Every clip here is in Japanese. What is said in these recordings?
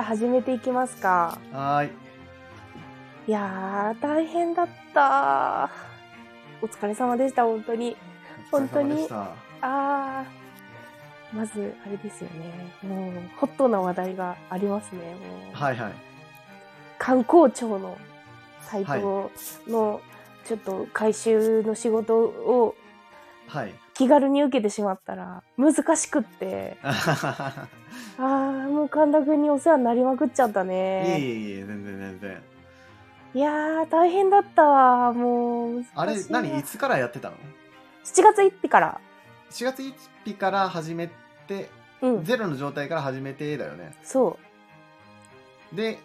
始めていきますか。 はーい。 いやー、大変だった。お疲れ様でした、本当に。 お疲れ様でした。 まず、あれですよね。もう、ホットな話題がありますね。もうはいはい。 観光庁のサイトの、ちょっと回収の仕事をはい。 気軽に受けてしまったら、難しくって。もう神田くんにお世話になりまくっちゃったね。 いえ、全然。 いやー、大変だったわ。もう、難しいな。 あれ、いつからやってたの？ 7月1日から。 7 月1日から始めて、ゼロの状態から始めてだよね。 そう。 で、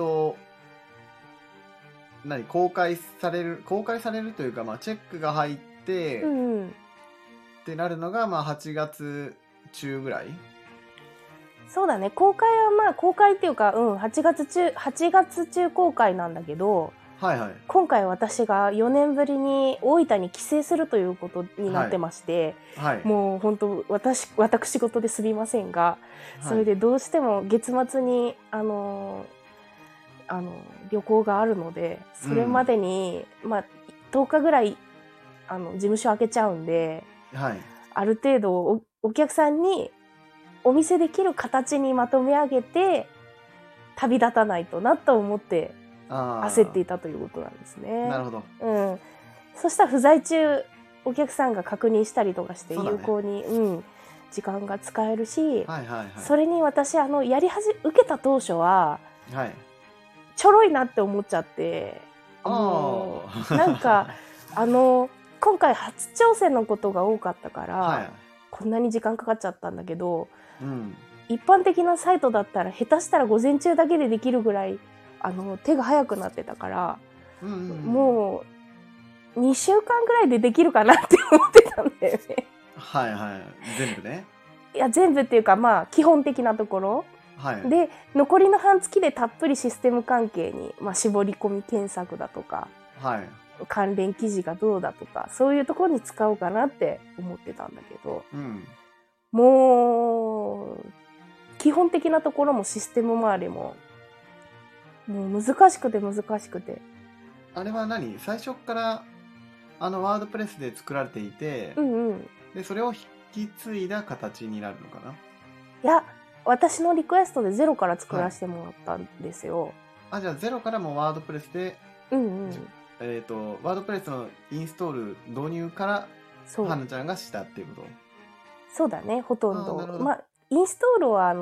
公開されるというか、まあ、チェックが入って、ってなるのが、まあ、8月中ぐらい？ そうだね。公開はまあ、公開っていうか、8月中公開なんだけど、 はいはい。 今回私が4年ぶりに大分に帰省するということになってまして、 はい。 もう本当私事ですみませんが、それでどうしても月末に、旅行があるので、それまでに、まあ、10日ぐらい、事務所開けちゃうんで、 はい。 ある程度お客さんにお見せできる形にまとめ上げて、旅立たないとなと思って、焦っていたということなんですね。 なるほど。 そしたら不在中、お客さんが確認したりとかして、有効に、時間が使えるし、それに私、受けた当初は、ちょろいなって思っちゃって、なんか、今回初挑戦のことが多かったから、こんなに時間かかっちゃったんだけど、一般的なサイトだったら下手したら午前中だけでできるぐらい手が早くなってたから、もう2週間ぐらいでできるかなって思ってたんだよね。 全部ね。 いや、全部っていうか、まあ基本的なところ、で残りの半月でたっぷりシステム関係に、まあ、絞り込み検索だとか、関連記事がどうだとか、そういうところに使おうかなって思ってたんだけど、もう基本的なところもシステム周りももう難しくて。 あれは最初からワードプレスで作られていて、でそれを引き継いだ形になるのかな？ いや、私のリクエストでゼロから作らせてもらったんですよ。 じゃあゼロからもワードプレスで、ワードプレスのインストール導入からはなちゃんがしたっていうこと？ そうだね、ほとんど。まあインストールは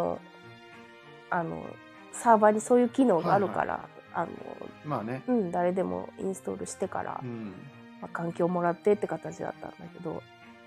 サーバーにそういう機能があるから、 まあね、 誰でもインストールしてから、まあ、環境もらってって形だったんだけど、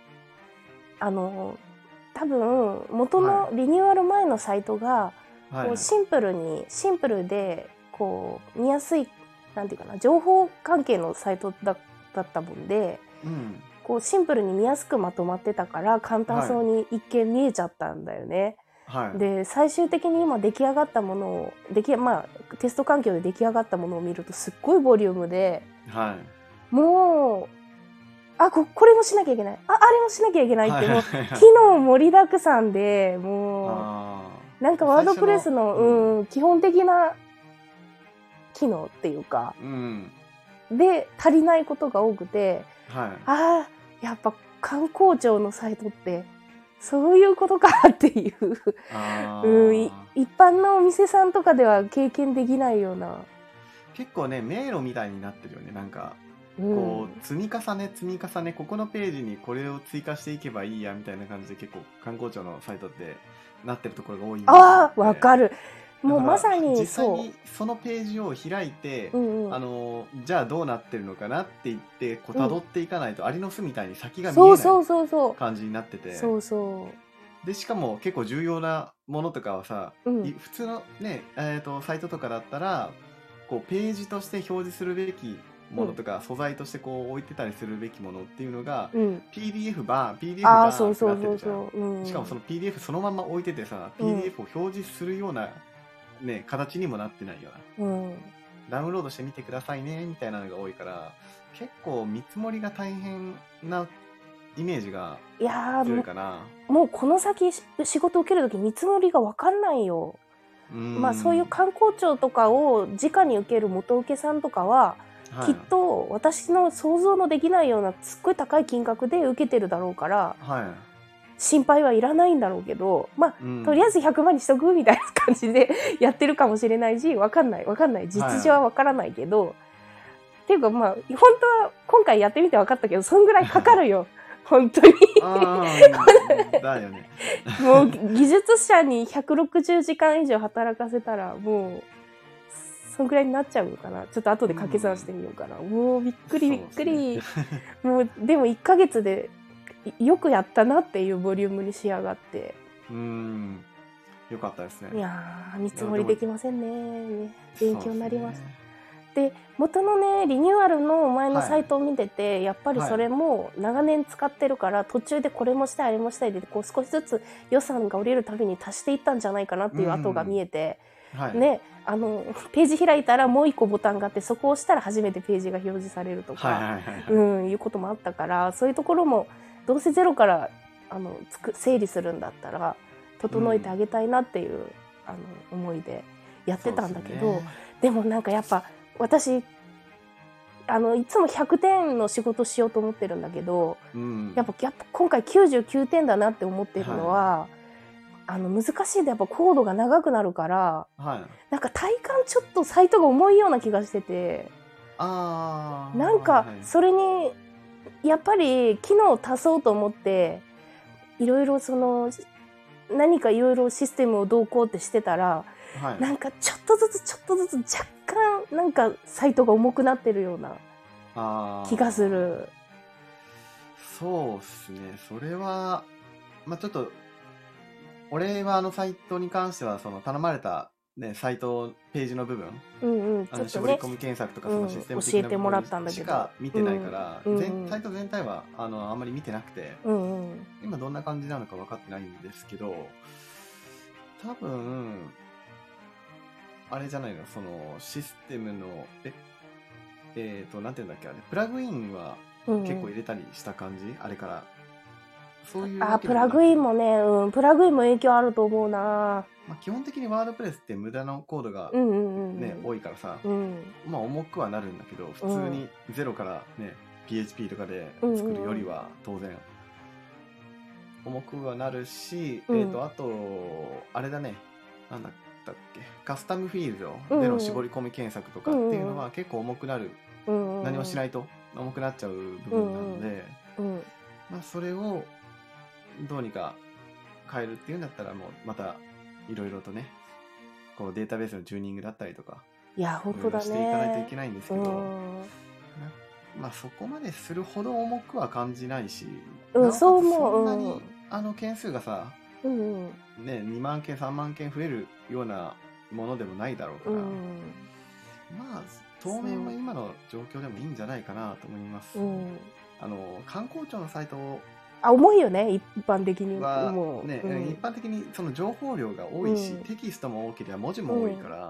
多分元のリニューアル前のサイトが、こうシンプルでこう見やすい、なんていうかな、情報関係のサイトだったもんで、こうシンプルに見やすくまとまってたから簡単そうに一見見えちゃったんだよね。で最終的に今出来上がったものをまあテスト環境で出来上がったものを見るとすっごいボリュームで、もうこれもしなきゃいけない、あれもしなきゃいけないって、もう機能盛りだくさんで、もうなんかワードプレスの基本的な機能っていうか、で足りないことが多くて、やっぱ観光庁のサイトってそういうことかっていう、一般のお店さんとかでは経験できないような。 結構ね、迷路みたいになってるよね。なんかこう積み重ね、ここのページにこれを追加していけばいいやみたいな感じで結構観光庁のサイトってなってるところが多いんですよ。 わかる。もうまさに実際にそのページを開いて、じゃあどうなってるのかなって言ってこう辿っていかないと、アリの巣みたいに先が見えない感じになってて、でしかも結構重要なものとかはさ、普通のね、サイトとかだったらこうページとして表示するべきものとか、素材としてこう置いてたりするべきものっていうのが、PDF バーってなってるじゃん。しかもその PDF そのまま置いててさ、PDF を表示するようなね、形にもなってないような、ダウンロードしてみてくださいねみたいなのが多いから、結構見積もりが大変なイメージが強いかな。 もうこの先仕事受けるとき見積もりが分かんないよ。 まあそういう観光庁とかを直に受ける元請けさんとかは、きっと私の想像のできないようなすっごい高い金額で受けてるだろうから、心配はいらないんだろうけど、まあ、とりあえず100万にしとくみたいな感じでやってるかもしれないし、わかんない。実情はわからないけど、っていうかまあ、本当は今回やってみてわかったけど、そんぐらいかかるよ。本当にだよね。 もう技術者に160時間以上働かせたら、もう、そんぐらいになっちゃうのかな。ちょっと後で掛け算してみようかな。もうびっくり。もう、でも1ヶ月でよくやったなっていうボリュームに仕上がって。 よかったですね。 いやー、見積もりできませんね。勉強になりました。で、元のね、リニューアルの前のサイトを見てて、やっぱりそれも長年使ってるから、途中でこれもしたい、あれもしたいで、こう少しずつ予算が降りるたびに足していったんじゃないかなっていう跡が見えて、ね、ページ開いたらもう一個ボタンがあって、そこを押したら初めてページが表示されるとか、いうこともあったから、そういうところも、どうせゼロから整理するんだったら、整えてあげたいなっていう、思いでやってたんだけど、でもなんかやっぱ、私、いつも100点の仕事しようと思ってるんだけど、やっぱ今回99点だなって思ってるのは、難しいでやっぱコードが長くなるから、なんか体感ちょっとサイトが重いような気がしてて、なんかそれに、やっぱり機能を足そうと思って、いろいろ何かいろいろシステムをどうこうってしてたら、なんかちょっとずつ若干なんかサイトが重くなってるような気がする。 そうですね。それは、まあちょっと、俺はサイトに関しては頼まれた、ね、サイトページの部分、絞り込み検索とかそのシステム的な部分しか見てないから、サイト全体はあんまり見てなくて、今どんな感じなのか分かってないんですけど、多分あれじゃないの、システムのなんていうんだっけ、あれプラグインは結構入れたりした感じ、あれからそういうプラグインもね、プラグインも影響あると思うな。 まあ、基本的にワードプレスって無駄なコードが、ね、多いからさ、まあ重くはなるんだけど、普通にゼロからね、PHP とかで作るよりは当然重くはなるし、あとあれだね、なんだったっけ、カスタムフィールドでの絞り込み検索とかっていうのは結構重くなる、何もしないと重くなっちゃう部分なので、まあそれをどうにか変えるっていうんだったら、もうまたいろいろとね、こうデータベースのチューニングだったりとか、 いや本当だね、 していかないといけないんですけど、まあそこまでするほど重くは感じないし、そう思う。そんなに件数がさ、ね、2万件3万件増えるようなものでもないだろうから、まあ当面は今の状況でもいいんじゃないかなと思います。観光庁のサイトを重いよね、一般的にはね、一般的にその情報量が多いし、テキストも多ければ文字も多いから、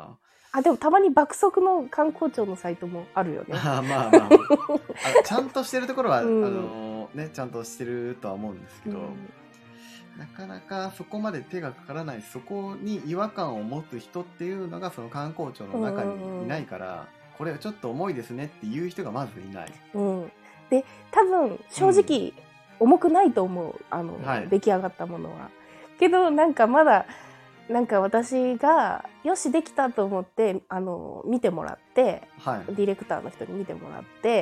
でもたまに爆速の観光庁のサイトもあるよね。 まあちゃんとしてるところは、ね、ちゃんとしてるとは思うんですけど、なかなかそこまで手がかからない、そこに違和感を持つ人っていうのがその観光庁の中にいないから、これはちょっと重いですねっていう人がまずいない。 で、多分正直、重くないと思う、出来上がったものは。けどなんかまだなんか私がよしできたと思って見てもらって、ディレクターの人に見てもらって、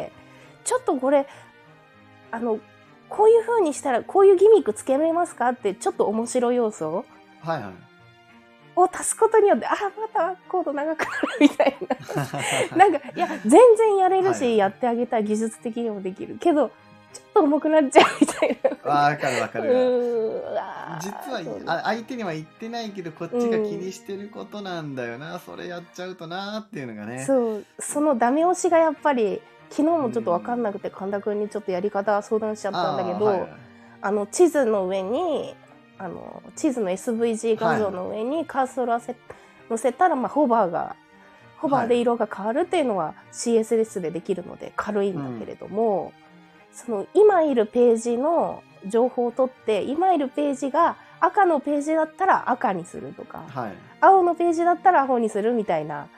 ちょっとこれこういう風にしたらこういうギミックつけられますかってちょっと面白い要素を足すことによって、またコード長くなるみたいななんかいや全然やれるし、やってあげたい、技術的にもできるけどちょっと重くなっちゃうみたいな。 わかる実は相手には言ってないけどこっちが気にしてることなんだよな、それやっちゃうとなっていうのがね。 そのダメ押しがやっぱり昨日もちょっと分かんなくて、神田君にちょっとやり方相談しちゃったんだけど、地図の上に地図の SVG 画像の上にカーソルを載せたら、ホバーで色が変わるっていうのは CSS でできるので軽いんだけれども、その今いるページの情報を取って、今いるページが赤のページだったら赤にするとか、 はい、 青のページだったら青にするみたいな、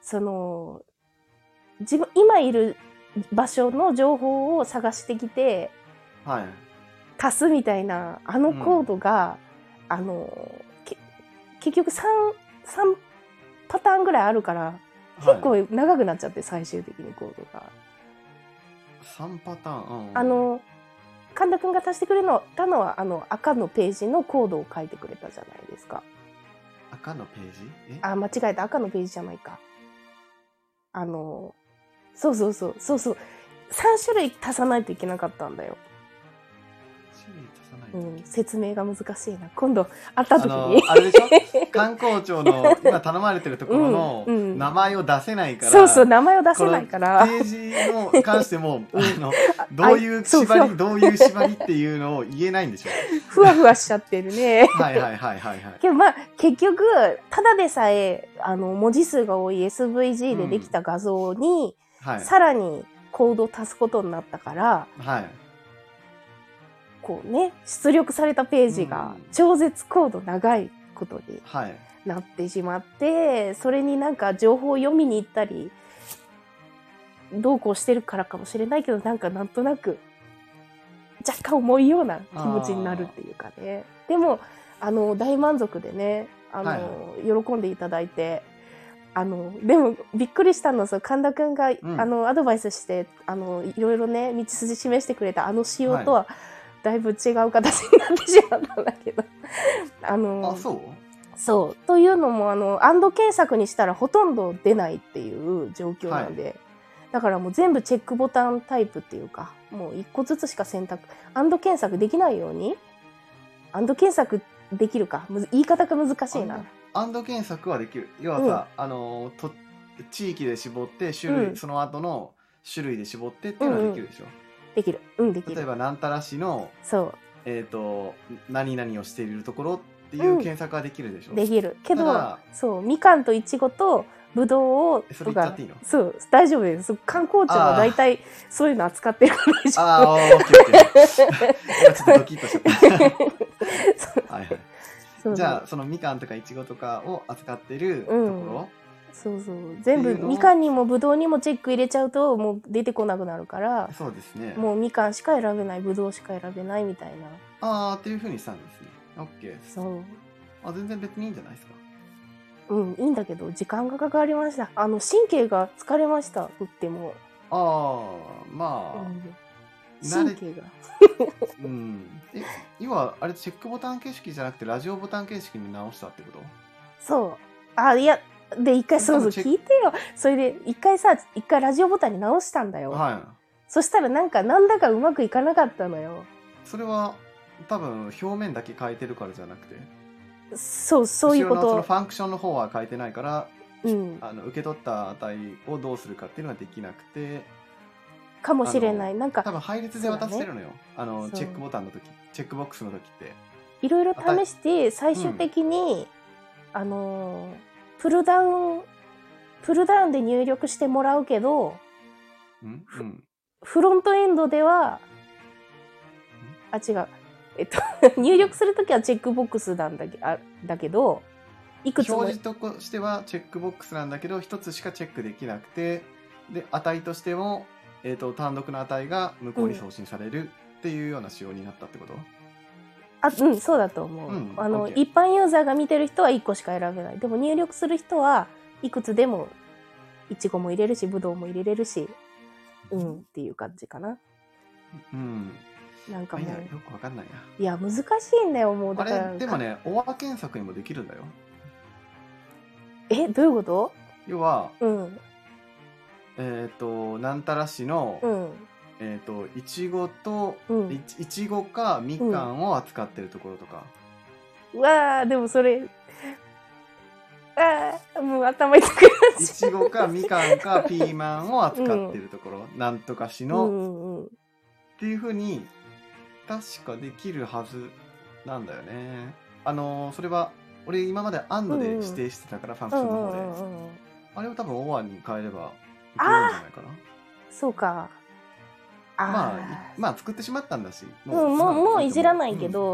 今いる場所の情報を探してきて、 はい、 足すみたいなコードが、結局3パターンぐらいあるから、結構長くなっちゃって、最終的にコードが。 3パターン、 神田くんが足してくれたのは赤のページのコードを書いてくれたじゃないですか。 赤のページ？ 間違えた。赤のページじゃないか。そう3種類足さないといけなかったんだよ。説明が難しいな。今度会った時にあれでしょ、観光庁の今頼まれてるところの名前を出せないから、 そう名前を出せないからページに関してもどういう縛りどういう縛りっていうのを言えないんでしょ。 ふわふわしちゃってるね。 はいけど結局ただでさえ文字数が多い SVG でできた画像に、さらにコードを足すことになったから、こうね、出力されたページが超絶コード長いことになってしまって、それになんか情報を読みに行ったりどうこうしてるからかもしれないけど、なんとなく若干重いような気持ちになるっていうかね。でも大満足でね、喜んでいただいて、でもびっくりしたのは神田くんが、アドバイスしていろいろね道筋示してくれた仕様とは、だいぶ違う形になってしまったんだけどそうというのもアンド検索にしたらほとんど出ないっていう状況なんで、だからもう全部チェックボタンタイプっていうか、もう一個ずつしか選択アンド検索できないように、アンド検索できるか、言い方が難しいな。 アンド検索はできる。要はさ、地域で絞って種類、その後の種類で絞ってっていうのはできるでしょ。 できる。できる。 例えばなんたら市の何々をしているところっていう検索はできるでしょ。 できるけど、そうみかんといちごとぶどうをそれ言っちゃっていいの？ そう大丈夫です。観光庁は大体そういうの扱ってるから大丈夫。オッケーオッケー。ちょっとドキッとしちゃった。はいはい。じゃあそのみかんとかいちごとかを扱ってるところ、 そう全部みかんにもぶどうにもチェック入れちゃうともう出てこなくなるから、 そうですね、 もうみかんしか選べない、ぶどうしか選べないみたいなっていう風にしたんですね。オッケー。 そう全然別にいいんじゃないですか。 いいんだけど時間がかかりました。神経が疲れました。打っても神経が今あれチェックボタン形式じゃなくてラジオボタン形式に直したってこと？ そういやで一回聞いてよ。それで一回ラジオボタンに直したんだよ。そしたらなんだかうまくいかなかったのよ。 それは多分表面だけ変えてるからじゃなくて、 そういうこと。 後ろのそのファンクションの方は変えてないから、受け取った値をどうするかっていうのはできなくてかもしれない。多分配列で渡してるのよ。チェックボタンの時、チェックボックスの時っていろいろ試して最終的に、プルダウンで入力してもらうけど、フロントエンドでは違う。入力するときはチェックボックスだけど、いくつも表示としてはチェックボックスなんだけど一つしかチェックできなくて、で値としても、単独の値が向こうに送信されるっていうような仕様になったってこと？ そうだと思う。一般ユーザーが見てる人は1個しか選べない。でも入力する人はいくつでもいちごも入れるしぶどうも入れれるし、っていう感じかな。なんかもうよくわかんないな。 いや難しいんだよ。もうだからあれでもね、オア検索にもできるんだよ。 どういうこと？ 要はなんたら市のいちごと、いちごかみかんを扱ってるところとか、 でもそれもう頭痛くなっちゃう。 いちごかみかんかピーマンを扱ってるところ、なんとか市の、っていう風に確かできるはずなんだよね。それは俺今までアンドで指定してたから、ファンクションの方で、あれを多分オアに変えればいけるんじゃないかな。 そうか。 まあ作ってしまったんだし、 もういじらないけど、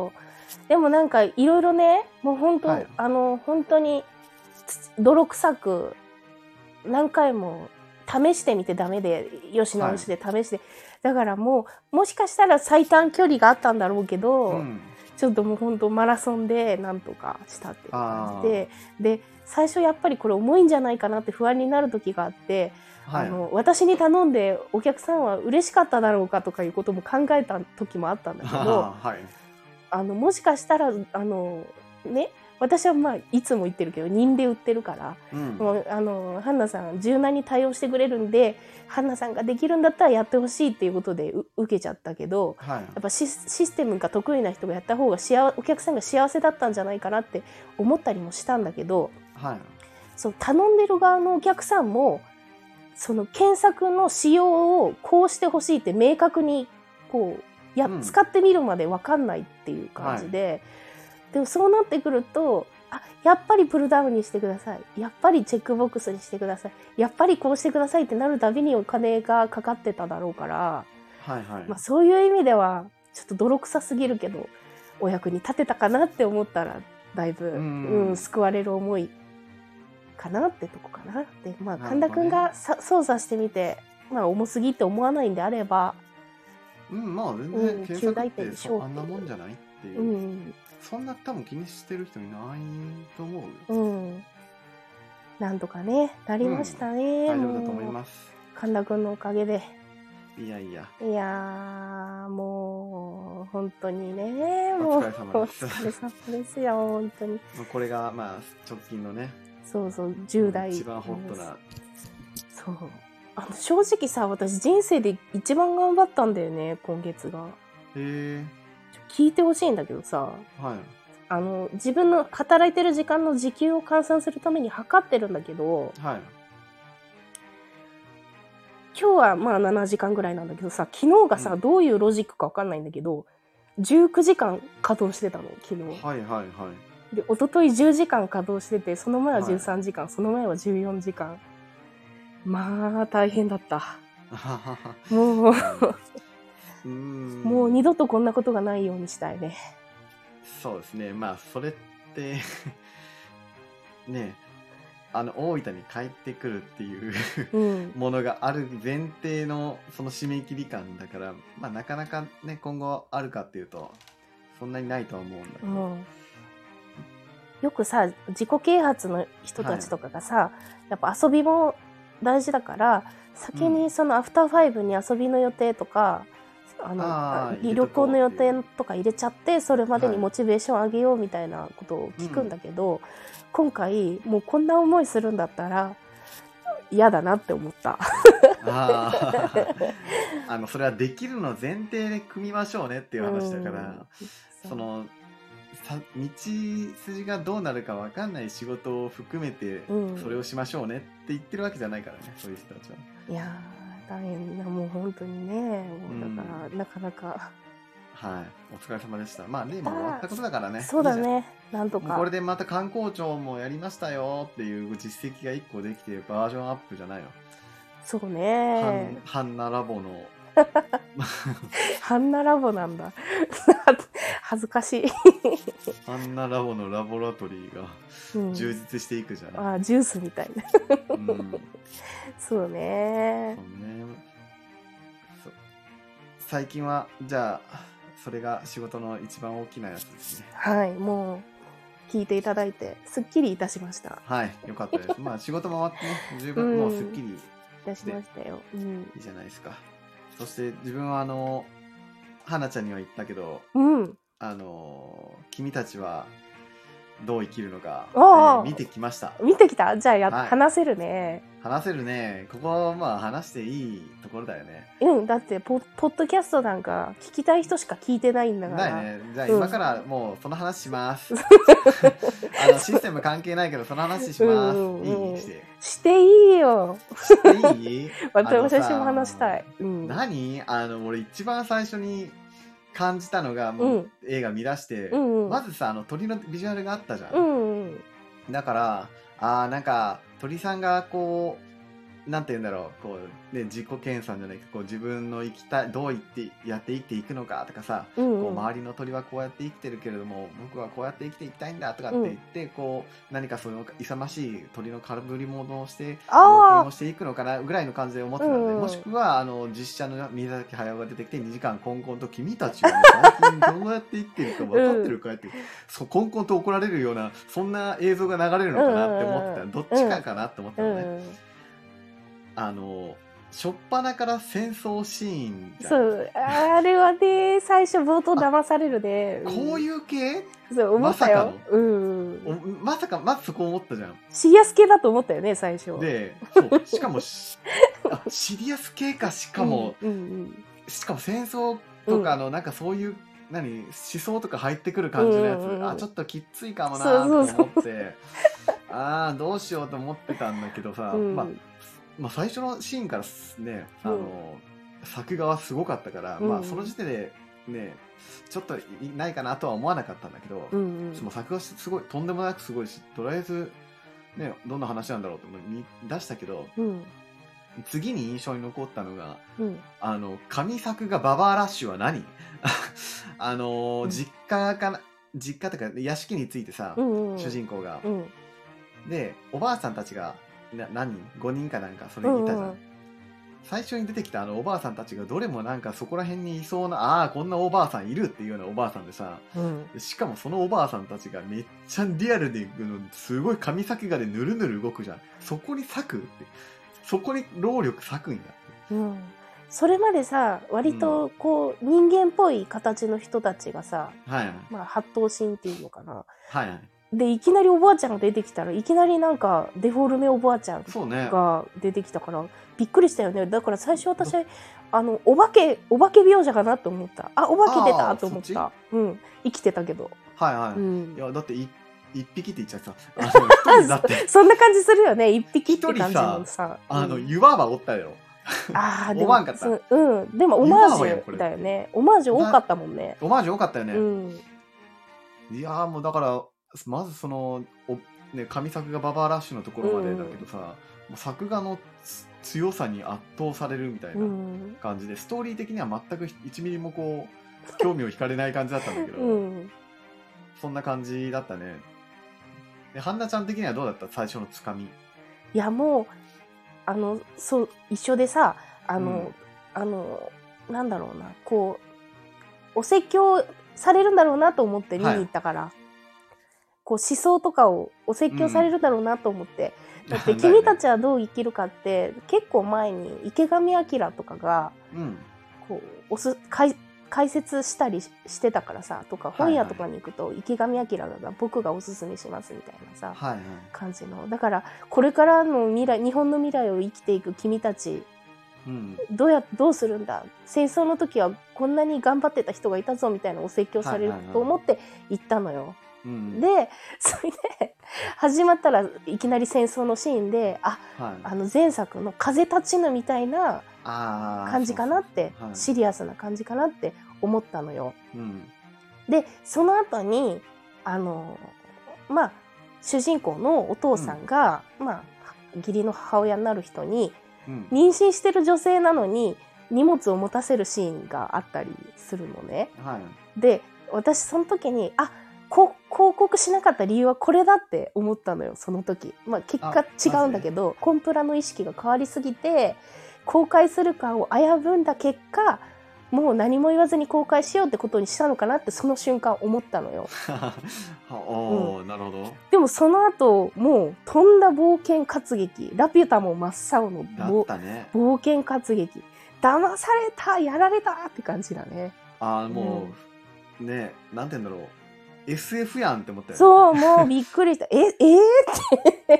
でもなんかいろいろね、もう本当、本当に泥臭く何回も試してみてダメで、よし直しで試して、だからもしかしたら最短距離があったんだろうけど、ちょっともう本当マラソンでなんとかしたっていう感じで、最初やっぱりこれ重いんじゃないかなって不安になる時があって、私に頼んでお客さんは嬉しかっただろうかとかいうことも考えた時もあったんだけど、もしかしたらね、私はまあいつも言ってるけど任で売ってるから、もうハンナさん柔軟に対応してくれるんで、ハンナさんができるんだったらやってほしいっていうことで受けちゃったけど、やっぱシステムが得意な人がやった方がお客さんが幸せだったんじゃないかなって思ったりもしたんだけど、そう頼んでる側のお客さんもその検索の仕様をこうしてほしいって明確にこう使ってみるまで分かんないっていう感じで、でもそうなってくると、やっぱりプルダウンにしてください、やっぱりチェックボックスにしてください、やっぱりこうしてくださいってなるたびにお金がかかってただろうから、まあ、そういう意味ではちょっと泥臭すぎるけどお役に立てたかなって思ったらだいぶ、救われる思いかなってとこかな。で、まあ神田くんが操作してみて、まあ重すぎって思わないんであれば、 まあ全然検索ってあんなもんじゃないっていう、そんな多分気にしてる人いないと思うよ。 なんとかねなりましたね。 大丈夫だと思います。 神田くんのおかげで。 いやいや。 いやもう本当にね、もうお疲れ様ですよ本当に。 これがまあ直近のね。 そう10代一番ホットな。 そう。正直さ、私人生で一番頑張ったんだよね、今月が。 聞いてほしいんだけどさ、自分の働いてる時間の時給を換算するために測ってるんだけど、今日はまあ7時間ぐらいなんだけどさ、昨日がさ、どういうロジックか分かんないんだけど、19時間稼働してたの、昨日。で、一昨日10時間稼働してて、その前は13時間、その前は14時間。まあ、大変だった。もう二度とこんなことがないようにしたいね。 そうですね。まあ、それって、ね、大分に帰ってくるっていうものがある前提のその締め切り感だから、まあ、なかなかね、今後あるかっていうと、そんなにないとは思うんだけど。 よくさ、自己啓発の人たちとかがさ、やっぱ遊びも大事だから先にそのアフターファイブに遊びの予定とか、旅行の予定とか入れちゃって、それまでにモチベーション上げようみたいなことを聞くんだけど、今回もうこんな思いするんだったら嫌だなって思った。 それはできるの前提で組みましょうねっていう話だから、その道筋がどうなるか分かんない仕事を含めてそれをしましょうねって言ってるわけじゃないからね、そういう人たちは。 いやー大変な、もう本当にね、もうだからなかなか、 お疲れ様でした。まあね、もう終わったことだからね。 そうだね、なんとかこれでまた観光庁もやりましたよっていう実績が1個できてバージョンアップじゃないの。 そうね、 ハンナラボのハンナラボなんだ。恥ずかしい。 ハンナラボのラボラトリーが充実していくじゃない。 ジュースみたいな。そうね。 最近はじゃあそれが仕事の一番大きなやつですね。 もう聞いていただいてすっきりいたしました。 よかったです。まあ仕事も終わってね、十分もうすっきりいたしましたよ。 いいじゃないですか。そして自分は花ちゃんには言ったけど、君たちはどう生きるのか、見てきました。 見てきた？じゃあ話せるね。 話せるね。ここはまあ話していいところだよね。 だってポッドキャストなんか聞きたい人しか聞いてないんだから。 だよね。じゃあ今からもうその話します。システム関係ないけどその話します。 していいよ。 していい？ 私も話したい。 何？俺一番最初に感じたのが、もう映画見出して、まずさ、鳥のビジュアルがあったじゃん。だから、なんか鳥さんがこなんて言うんだろう、こうね、自己研鑽じゃないけど、こう自分の生きたい、どうやって生きていくのかとかさ、こう周りの鳥はこうやって生きてるけれども、僕はこうやって生きていきたいんだとかって言って、こう何かその勇ましい鳥の被り物をして冒険をしていくのかなぐらいの感じで思ってたので、もしくは実写の宮崎駿が出てきて2時間コンコンと君たちは、ね、最近どうやって生きてるか分かってるかって、コンコンと怒られるようなそんな映像が流れるのかなって思ってた、どっちかかなって思ったのね。初っ端から戦争シーンじゃん。 そう、あれはね、最初冒頭騙されるね。 こういう系？ そう思ったよ。 まさかまずそこ思ったじゃん。 シリアス系だと思ったよね、最初。 で、そうしかもシリアス系か、しかも戦争とかなんかそういう思想とか入ってくる感じのやつ、ちょっときついかもなと思って、どうしようと思ってたんだけどさ、まあ最初のシーンからね、作画はすごかったから、まあその時点でね、ちょっとないかなとは思わなかったんだけど、作画すごいとんでもなくすごいし、とりあえずね、どんな話なんだろうと見出したけど、次に印象に残ったのが、神作画ババアラッシュは何？実家とか屋敷についてさ、主人公が、でおばあさんたちが何人 ?5 人かなんかそれいたじゃん。最初に出てきたおばあさんたちがどれもなんかそこら辺にいそうな、こんなおばあさんいるっていうようなおばあさんでさ、しかもそのおばあさんたちがめっちゃリアルですごい紙作画でぬるぬる動くじゃん。そこに割くって、そこに労力割くんやって。 それまでさ、割とこう、人間っぽい形の人たちがさ、まあ八頭身っていうのかな。で、いきなりおばあちゃんが出てきたら、いきなりなんかデフォルメおばあちゃんが出てきたから、びっくりしたよね。だから最初私、お化け描写かなと思った。お化け出たと思った。生きてたけど。 いや、だって一匹って言っちゃった。 そんな感じするよね。一匹って感じのさ。 湯婆婆おったよ。 でも、でもオマージュだよね。オマージュ多かったもんね。 オマージュ多かったよね。いやーもうだから、まずその神作がババアラッシュのところまでだけどさ、作画の強さに圧倒されるみたいな感じで、ストーリー的には全く1ミリもこう興味を惹かれない感じだったんだけど、そんな感じだったね。で、ハンナちゃん的にはどうだった？最初のつかみ。いやもうそう一緒でさ、なんだろうな、こうお説教されるんだろうなと思って見に行ったから。こう思想とかをお説教されるだろうなと思って、だって君たちはどう生きるかって結構前に池上彰とかがこう解説したりしてたからさ、とか本屋とかに行くと池上彰が僕がおすすめしますみたいなさ、感じの、だからこれからの未来、日本の未来を生きていく君たち、どうするんだ、戦争の時はこんなに頑張ってた人がいたぞみたいなお説教されると思って行ったのよ。で、それで始まったらいきなり戦争のシーンで、前作の風立ちぬみたいな感じかなって、シリアスな感じかなって思ったのよ。で、その後にまあ主人公のお父さんが、まあ義理の母親になる人に、妊娠してる女性なのに荷物を持たせるシーンがあったりするのね。で、私その時に広告しなかった理由はこれだって思ったのよ、その時。まあ結果違うんだけど、コンプラの意識が変わりすぎて、公開するかを危ぶんだ結果、もう何も言わずに公開しようってことにしたのかなってその瞬間思ったのよ。 なるほど。 でもその後、もうとんだ冒険活劇、ラピュタも真っ青の冒険活劇、騙された、やられたって感じだね。 もう、ね、なんて言うんだろう。SF やんって思ったよね。 そう、もうびっくりした。って。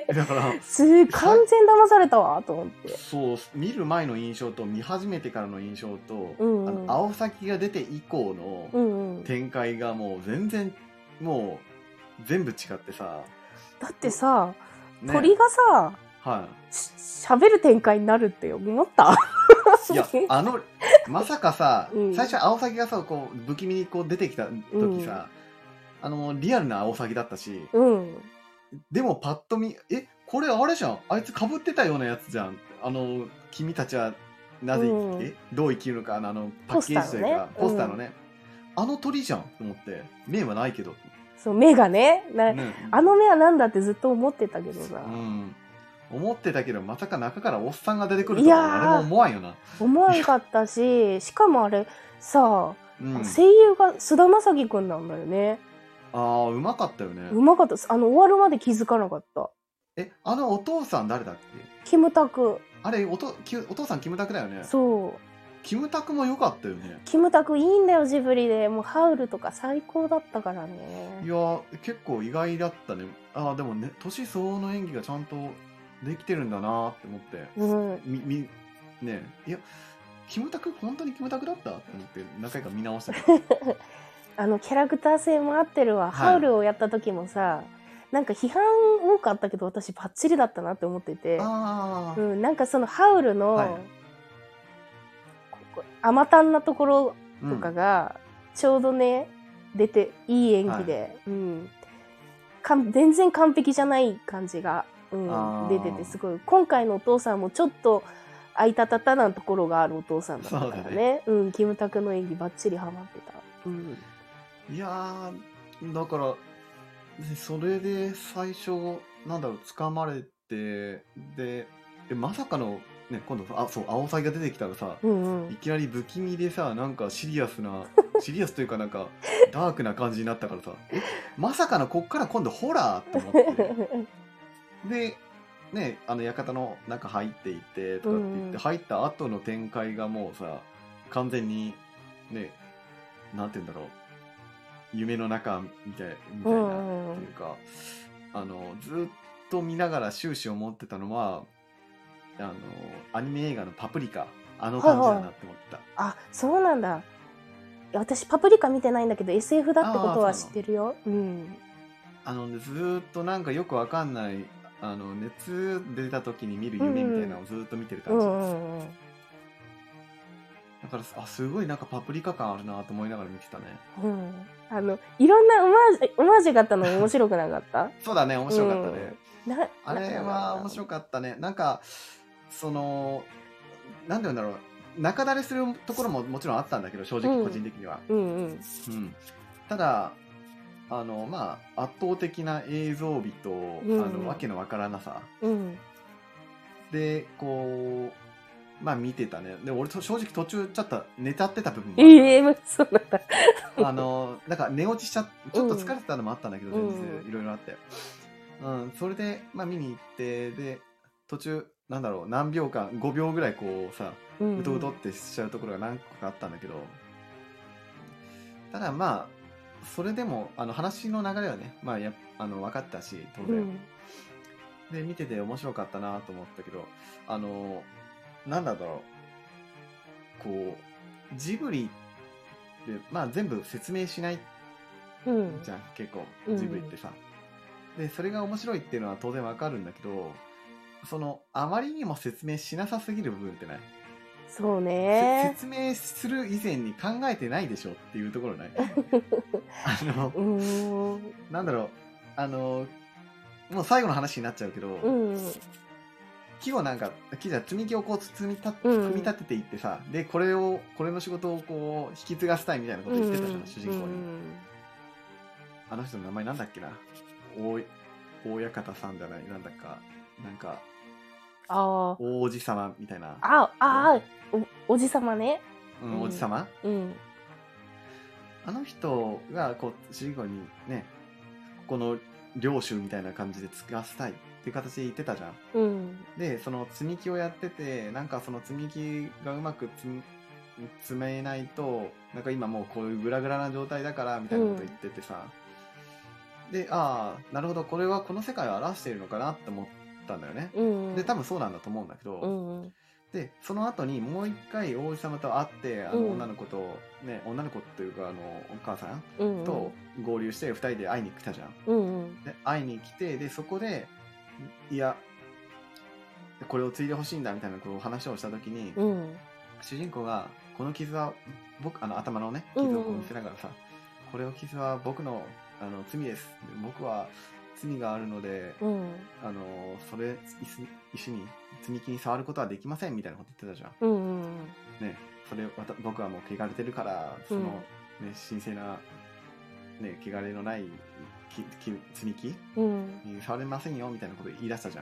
だから、完全騙されたわ、と思って。 そう、見る前の印象と見始めてからの印象と、アオサギが出て以降の展開がもう全然、もう全部違ってさ。 だってさ、鳥がさ、喋る展開になるって思った？ いや、まさかさ、最初アオサギがさ、こう、不気味にこう出てきた時さ、リアルなアオサギだったし、でもパッと見、これあれじゃん、あいつ被ってたようなやつじゃんって君たちはなぜ、どう生きるのか、パッケージというか、ポスターのね、鳥じゃんと思って、目はないけど。 そう、目がね、あの目はなんだってずっと思ってたけどさ。 思ってたけど、まさか中からおっさんが出てくるとは誰も思わんよな。 思わんかったし、しかもあれ、さ、声優が菅田将暉くんなんだよね。 うまかったよね。 うまかった。終わるまで気づかなかった。 お父さん誰だっけ？ キムタク。 あれ、お父さんキムタクだよね。 そう。 キムタクも良かったよね。 キムタクいいんだよ、ジブリで。もうハウルとか最高だったからね。 いや、結構意外だったね。でもね、年相応の演技がちゃんとできてるんだなって思って。ね、いや、キムタク本当にキムタクだったって思って何回か見直したけど。 キャラクター性も合ってるわ。ハウルをやった時もさ、なんか批判多かったけど、私バッチリだったなって思ってて。なんかそのハウルの、あまたんなところとかが、ちょうどね、出て、いい演技で、全然完璧じゃない感じが、出てて、すごい。今回のお父さんもちょっと、あいたたたなところがあるお父さんだったからね。キムタクの演技バッチリハマってた。 いやー、だから、それで最初、掴まれて、で、まさかの、ね、今度、アオサギが出てきたらさ、いきなり不気味でさ、なんかシリアスというかなんか、ダークな感じになったからさ、まさかのこっから今度ホラーって思って。で、ね、館の中入っていってとかって言って、入った後の展開がもうさ、完全に、ね、なんて言うんだろう、夢の中みたいな、っていうか、ずっと見ながら終始思ってたのは、アニメ映画のパプリカ、感じだなって思った。 あ、そうなんだ。私パプリカ見てないんだけど SF だってことは知ってるよ。 ずっとなんかよくわかんない、熱出た時に見る夢みたいなのをずっと見てる感じです。だからすごいなんかパプリカ感あるなと思いながら見てたね。 いろんなオマージュがあったの面白くなかった？ そうだね、面白かったね。あれは面白かったね。なんかなんて言うんだろう、中だれするところももちろんあったんだけど、正直個人的には。ただ圧倒的な映像美と、わけのわからなさ、でこう見てたね。で俺正直途中ちょっと寝ちゃってた部分もあった。 そうなんだ。 なんか寝落ちしちゃって、ちょっと疲れてたのもあったんだけど、前日いろいろあって、それで見に行って、で途中何秒間、5秒ぐらいこうさ、うとうとってしちゃうところが何個かあったんだけど、ただそれでも話の流れはね、分かったし当然、で見てて面白かったなと思ったけど、なんだろう、こうジブリって全部説明しないじゃん、結構ジブリってさ、でそれが面白いっていうのは当然わかるんだけど、あまりにも説明しなさすぎる部分ってない？ そうね。 説明する以前に考えてないでしょっていうところない？なんだろう、もう最後の話になっちゃうけど、木を木じゃ積み木をこう組み立てていってさ、でこれの仕事をこう引き継がせたいみたいなこと言ってたじゃん、主人公に。あの人の名前なんだっけな、大館さんじゃない、なんか王子様みたいな。 おじ様ね。 おじ様。あの人がこう主人公にね、この領主みたいな感じで継がせたいっていう形で言ってたじゃん。でその積み木をやってて、その積み木がうまく積めないと、今もうこういうグラグラな状態だからみたいなこと言っててさ、でなるほど、これはこの世界を表しているのかなって思ったんだよね。で多分そうなんだと思うんだけど、でその後にもう一回王子様と会って、女の子とね、女の子っていうかお母さんと合流して2人で会いに来たじゃん。で会いに来て、でそこでいやこれを継いでほしいんだみたいなこう話をした時に、主人公がこの傷は僕頭のね傷を見せながらさ、これを傷は僕の罪です、僕は罪があるので、それ石に積み木に触ることはできませんみたいなこと言ってたじゃん。ね、それ僕はもう汚れてるからその、ね、神聖な、ね、汚れのない積み木に触れませんよみたいなこと言い出したじゃん。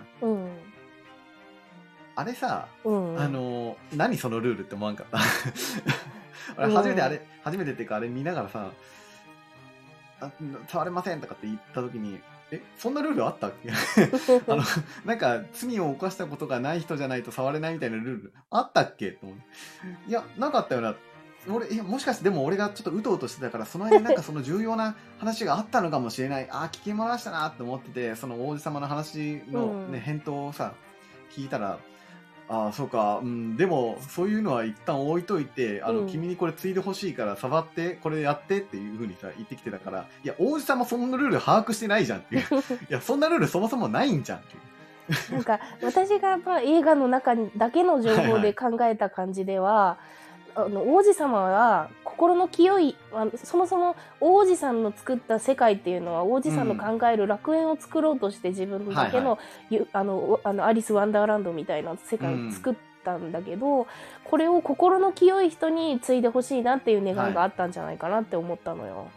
あれさ、何そのルールって思わんかった俺初めてっていうかあれ見ながらさ、触れませんとかって言った時に、そんなルールあったっけなんか罪を犯したことがない人じゃないと触れないみたいなルールあったっけと思って、いやなかったよな。もしかしてでも俺がちょっとうとうとしてたからその間になんかその重要な話があったのかもしれない。聞き漏らしたなって思ってて、その王子様の話の、ね返答をさ聞いたら、そうか、でもそういうのは一旦置いといて、君にこれ継いでほしいから触ってこれやってっていう風にさ言ってきてたから、いや王子様そんなルール把握してないじゃんっていういやそんなルールそもそもないんじゃんっていうなんか私が映画の中だけの情報で考えた感じでは、王子様は心の清い、そもそも王子さんの作った世界っていうのは王子さんの考える楽園を作ろうとして自分だけの、アリス・ワンダーランドみたいな世界を作ったんだけど、これを心の清い人に継いでほしいなっていう願いがあったんじゃないかなって思ったのよ。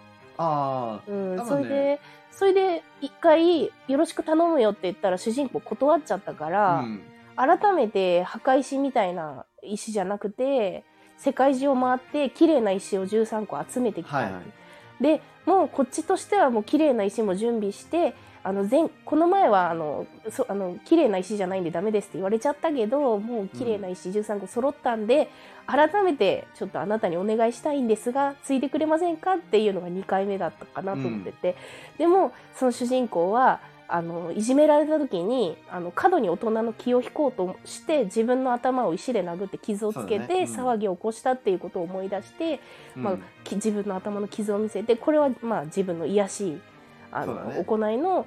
それで一回よろしく頼むよって言ったら主人公断っちゃったから、改めて墓石みたいな石じゃなくて世界中を回って綺麗な石を13個集めてきた、でもうこっちとしてはもう綺麗な石も準備して、この前は綺麗な石じゃないんでダメですって言われちゃったけど、もう綺麗な石13個揃ったんで、改めてちょっとあなたにお願いしたいんですが継いでくれませんかっていうのが2回目だったかなと思ってて、でもその主人公はいじめられた時に過度に大人の気を引こうとして自分の頭を石で殴って傷をつけて騒ぎを起こしたっていうことを思い出して、自分の頭の傷を見せて、これは自分の卑しい行いの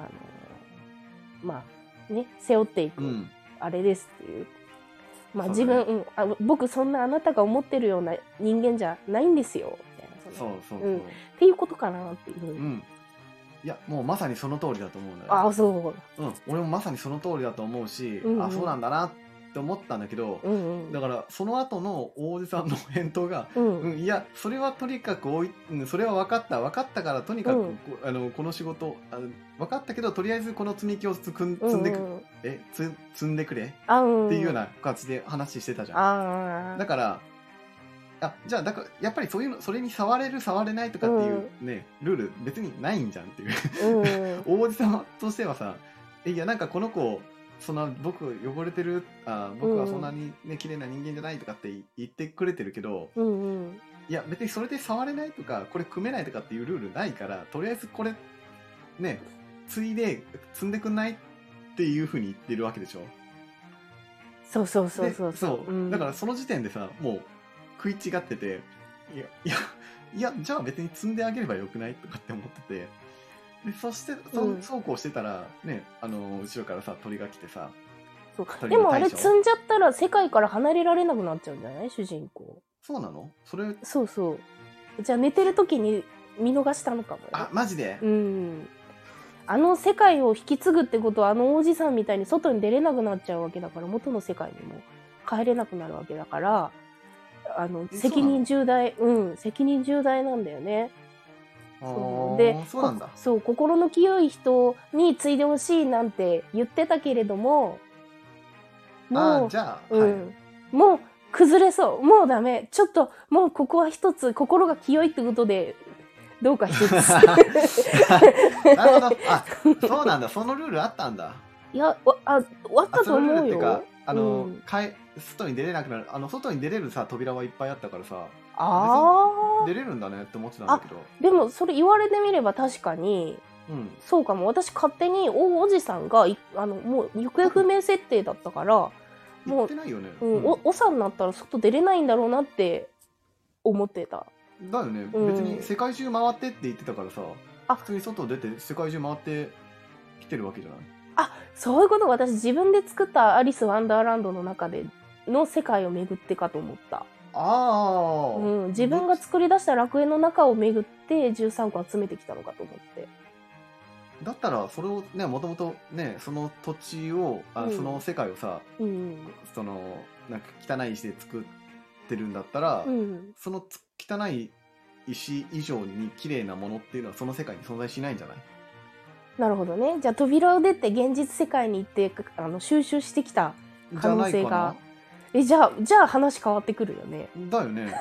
背負っていくあれですっていう、自分、僕そんなあなたが思ってるような人間じゃないんですよみたいな、っていうことかなっていう。 いやもうまさにその通りだと思うんだよ。 そう。 俺もまさにその通りだと思うし、そうなんだなって思ったんだけど、だからその後の王子さんの返答が、いやそれはとにかくそれは分かったからとにかく、この仕事分かったけどとりあえずこの積み木を積んでくれっていうような感じで話してたじゃん。だからじゃあだからやっぱりそれに触れる触れないとかっていうね、ルール別にないんじゃんっていう王子様としてはさ、いやなんかこの子そんな僕汚れてる、僕はそんなにね綺麗な人間じゃないとかって言ってくれてるけど、いや別にそれで触れないとかこれ組めないとかっていうルールないから、とりあえずこれね積んでくんないっていう風に言ってるわけでしょ。 そう、 だからその時点でさもう食い違ってて、いやじゃあ別に積んであげればよくないとかって思ってて、でそしてそうこうしてたらね、後ろからさ鳥が来てさ、 でもあれ積んじゃったら世界から離れられなくなっちゃうんじゃない主人公。 そうなの？それそうじゃあ寝てる時に見逃したのかもね。 マジで？ 世界を引き継ぐってことは王子さんみたいに外に出れなくなっちゃうわけだから、元の世界にも帰れなくなるわけだから、責任重大なんだよね。 そうなんだ。 心の清い人に継いでほしいなんて言ってたけれども、もうじゃあ、 もう崩れそう、もうダメ、ちょっともうここは一つ心が清いってことでどうか一つなるほど。そうなんだ、そのルールあったんだ。 いやあったと思うよ。 外に出れなくなる、外に出れるさ扉はいっぱいあったからさ、出れるんだねって思ってたんだけど、 でもそれ言われてみれば確かに、そうかも。私勝手に王子さんがもう行方不明設定だったから、 もう言ってないよね。 長になったら外出れないんだろうなって思ってた。 だよね、別に世界中回ってって言ってたからさ、普通に外出て世界中回ってきてるわけじゃない。 そういうこと。私自分で作ったアリス・ワンダーランドの中での世界を巡ってかと思った。自分が作り出した楽園の中を巡って13個集めてきたのかと思って。 だったらそれをね、もともとね、その土地をその世界をさ、そのなんか汚い石で作ってるんだったら、その汚い石以上に綺麗なものっていうのはその世界に存在しないんじゃない？ なるほどね。じゃあ扉を出て現実世界に行って収集してきた可能性が。じゃあ話変わってくるよね。 だよね。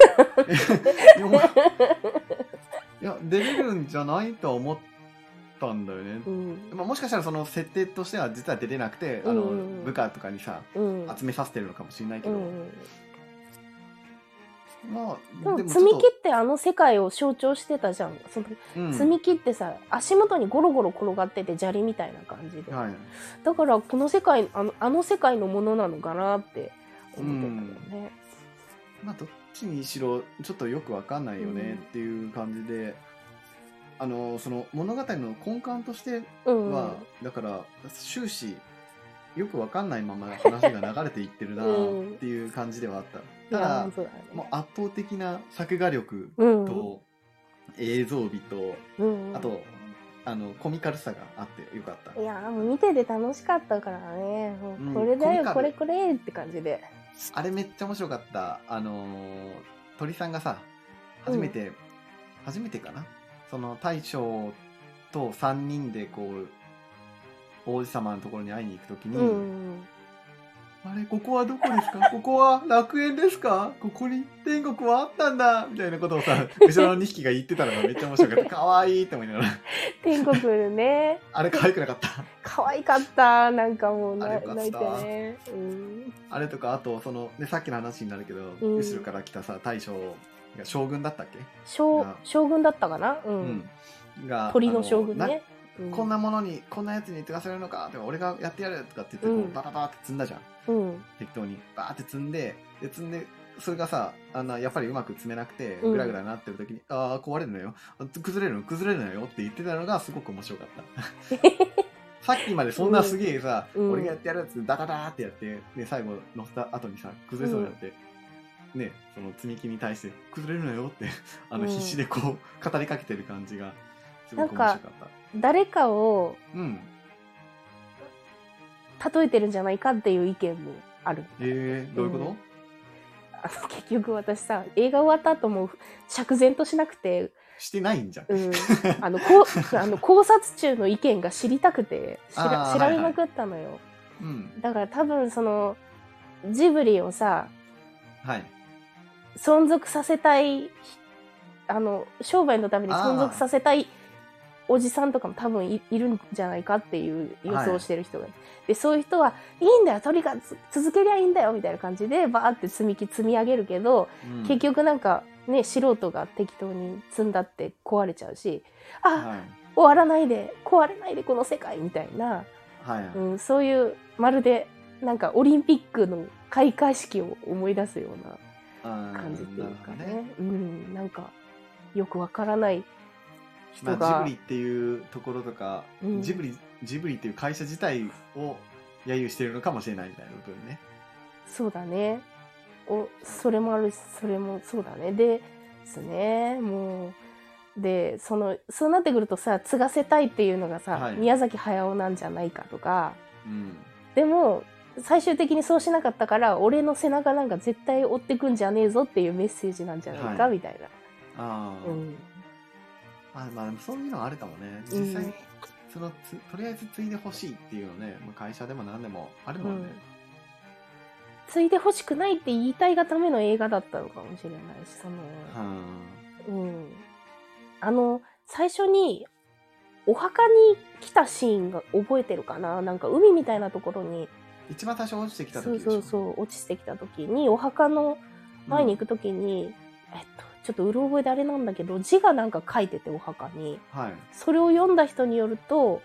いや、出れるんじゃないとは思ったんだよね。まあ、もしかしたらその設定としては実は出れなくて、部下とかにさ、集めさせてるのかもしれないけど。まあ、でも積み木って世界を象徴してたじゃん。その積み木ってさ、足元にゴロゴロ転がってて砂利みたいな感じで、だからこの世界世界のものなのかなって思ってたよね。 まあどっちにしろちょっとよくわかんないよねっていう感じで、その物語の根幹としては、だから終始よくわかんないまま話が流れていってるなっていう感じではあった。ただ、もう圧倒的な作画力と映像美と、あとコミカルさがあってよかった。 いやもう見てて楽しかったからね。これだよ、これって感じで。 あれめっちゃ面白かった。鳥さんがさ、初めてかな、その大将と3人でこう王子様のところに会いに行くときに、あれ、ここはどこですか？ここは楽園ですか？ここに天国はあったんだみたいなことをさ、後ろの2匹が言ってたのがめっちゃ面白かった。かわいいって思いながら。 天国ね。 あれ可愛くなかった？ 可愛かった。なんかもう泣いてね。 あれとか、あとその、ね、さっきの話になるけど、後ろから来たさ、大将が将軍だったっけ？ 将軍だったかな？が鳥の将軍ね。 こんなものに、こんなやつに継がせるのかって、俺がやってやるとかって言って、こうバタバタって積んだじゃん。適当にバーって積んで、それがさ、やっぱりうまく積めなくて、グラグラなってる時に、壊れるのよ。崩れるのよって言ってたのがすごく面白かった。さっきまでそんなすげえさ、俺がやってやるやつ、ダダダーってやって、で、最後乗せた後にさ、崩れそうになって、ね、その積み木に対して、崩れるのよって、必死でこう、語りかけてる感じが、すごく面白かった。 誰かを例えてるんじゃないかっていう意見もある。 どういうこと？ 結局私さ、映画終わった後も釈然としなくて。 してないんじゃん。 考察中の意見が知りたくて調べまくったのよ。だから多分そのジブリをさ、存続させたい、商売のために存続させたいおじさんとかも多分 いるんじゃないかっていう予想をしてる人がいて、でそういう人はいいんだよ、とにかく続けりゃいいんだよみたいな感じでバーって積み上げるけど、結局なんかね、素人が適当に積んだって壊れちゃうし、終わらないで壊れないでこの世界みたいな、そういうまるでなんかオリンピックの開会式を思い出すような感じっていうかね、なんかよくわからない人が、 ジブリっていうところとか、ジブリっていう会社自体を揶揄してるのかもしれないみたいなことにね。 そうだね。それもあるし、それもそうだね。ですね。もうでそうなってくるとさ、継がせたいっていうのがさ、宮崎駿なんじゃないかとか、でも最終的にそうしなかったから、俺の背中なんか絶対追ってくんじゃねえぞっていうメッセージなんじゃないか、みたいな。 まあそういうのはあるかもね。実際にとりあえず継いでほしいっていうのね、会社でも何でもあるもんね。 継いでほしくないって言いたいがための映画だったのかもしれないし、最初にお墓に来たシーンが覚えてるかな。なんか海みたいなところに一番最初落ちてきた時でしょ。 そう落ちてきた時に、お墓の前に行く時に、ちょっとうろ覚えであれなんだけど、字がなんか書いてて、お墓に、それを読んだ人によると、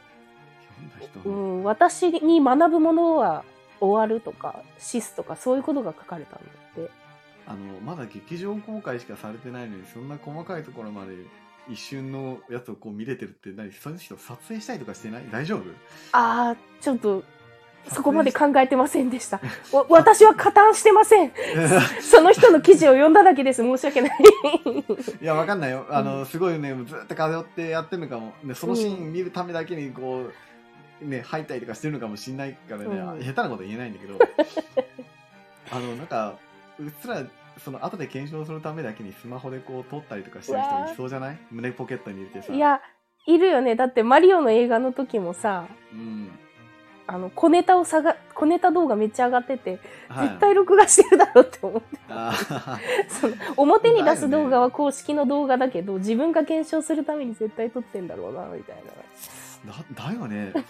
私に学ぶものは終わるとか死すとか、そういうことが書かれたんだって。 まだ劇場公開しかされてないのに、そんな細かいところまで一瞬のやつをこう見れてるって、そういう人撮影したりとかしてない？大丈夫？ ちょっとそこまで考えてませんでした。私は加担してません。その人の記事を読んだだけです。申し訳ない。 いや、わかんないよ。すごいね、ずっと通ってやってるのかも。で、そのシーン見るためだけに、こう、ね、吐いたりとかしてるのかもしれないからね、下手なこと言えないんだけど、なんか、うっすら、その後で検証するためだけにスマホでこう撮ったりとかしてる人いそうじゃない？胸ポケットに入れてさ。 いや、いるよね。だってマリオの映画の時もさ、小ネタ動画めっちゃ上がってて、はい、絶対録画してるだろうって思って。その表に出す動画は公式の動画だけど、自分が検証するために絶対撮ってんだろうな、みたいな。だよね。いや、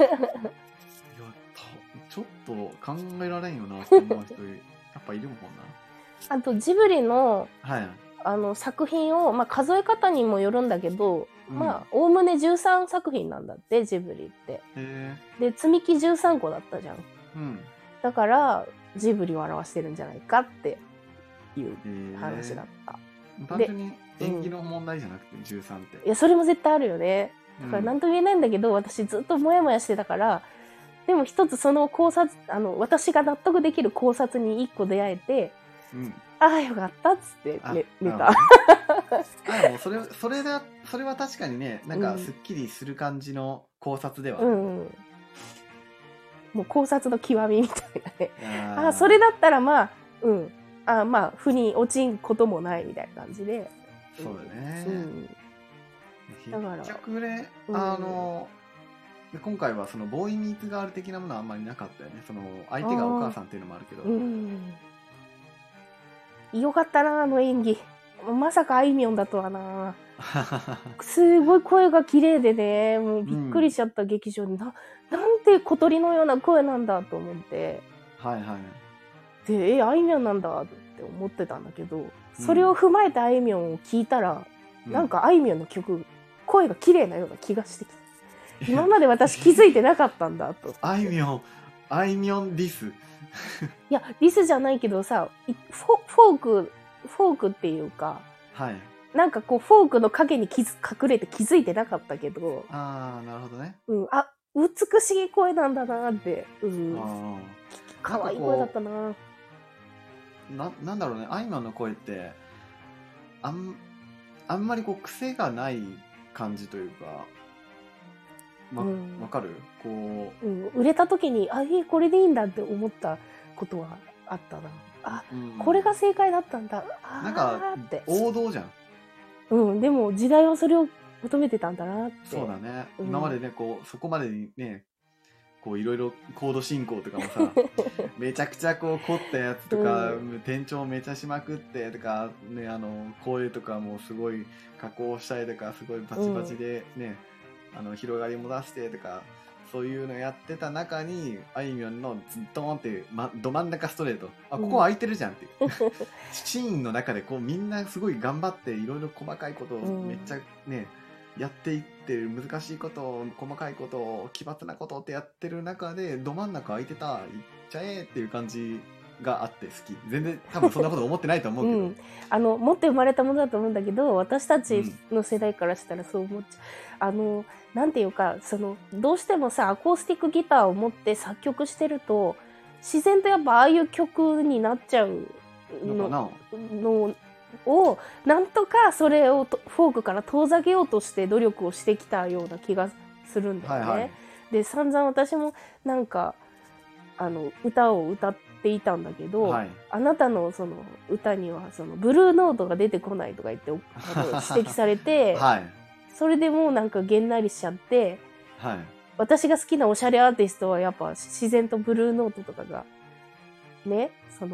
ちょっと考えられんよな、そんな人。やっぱいるもんな。 あと、ジブリの、 はい、 作品を、数え方にもよるんだけど、おおむね13作品なんだって、ジブリって。で、積み木13個だったじゃん。だから、ジブリを表してるんじゃないかっていう話だった。 単純に縁起の問題じゃなくて、13って。 いや、それも絶対あるよね。だから何とも言えないんだけど、私ずっとモヤモヤしてたから、でも一つその考察、私が納得できる考察に1個出会えて、ああ、よかったっつって寝た。 もうそれは確かにね、なんかすっきりする感じの考察ではある。 もう考察の極みみたいなね。それだったら腑に落ちんこともないみたいな感じで。 そうだね。だから結局ね、今回はそのボーイミーツガール的なものはあんまりなかったよね。その相手がお母さんっていうのもあるけど。 よかったな、演技。まさかあいみょんだとはな。すごい声が綺麗でね、もうびっくりしちゃった劇場に、なんて小鳥のような声なんだと思って。で、あいみょんなんだって思ってたんだけど、それを踏まえてあいみょんを聞いたら、なんかあいみょんの曲、声が綺麗なような気がしてきた。今まで私気づいてなかったんだと。 あいみょんディス。 いや、ディスじゃないけどさ、フォークっていうか、なんかこう、フォークの影に隠れて気づいてなかったけど。 なるほどね。 美しい声なんだなって。可愛い声だったな。 なんだろうね、あいみょんの声って、あんまりこう、癖がない感じというか、わかる？こう、売れた時に、これでいいんだって思ったことはあったな。これが正解だったんだ。 なんか、王道じゃん。でも時代はそれを求めてたんだなって。 そうだね。今までね、こう、そこまでにね、こういろいろコード進行とかもさめちゃくちゃこう凝ったやつとか、転調めちゃしまくってとか、ね、声とかもすごい加工したりとか、すごいバチバチでね、広がりも出してとか、そういうのやってた中にあいみょんのドーンって、ど真ん中ストレート、ここ空いてるじゃんってシーンの中でこうみんなすごい頑張っていろいろ細かいことをめっちゃね、やっていってる、難しいことを、細かいことを、奇抜なことってやってる中でど真ん中空いてた、いっちゃえっていう感じがあって好き。全然多分そんなこと思ってないと思うけど、 持って生まれたものだと思うんだけど、私たちの世代からしたらそう思っちゃう。なんていうか、どうしてもさ、アコースティックギターを持って作曲してると、自然とやっぱああいう曲になっちゃうのを、なんとかそれをフォークから遠ざけようとして努力をしてきたような気がするんだよね。で、散々私もなんか、歌を歌っていたんだけど、あなたのその歌にはブルーノートが出てこないとか言って指摘されて、それでもうなんかげんなりしちゃって、私が好きなおしゃれアーティストはやっぱ自然とブルーノートとかがね、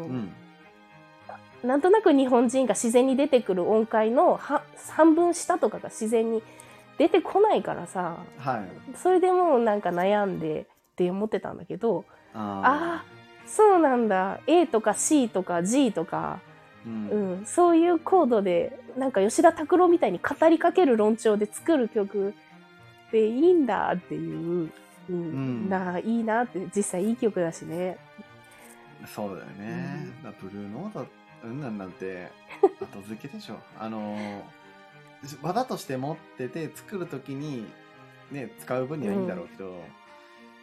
なんとなく日本人が自然に出てくる音階の半分下とかが自然に出てこないからさ、それでもうなんか悩んでって思ってたんだけど、そうなんだ、 A とか C とか G とか、そういうコードでなんか吉田拓郎みたいに語りかける論調で作る曲でいいんだっていう、いいなって、実際いい曲だしね。 そうだよね、ブルーノートなんて後付けでしょ。技として持ってて作るときにね使う分にはいいんだろうけど、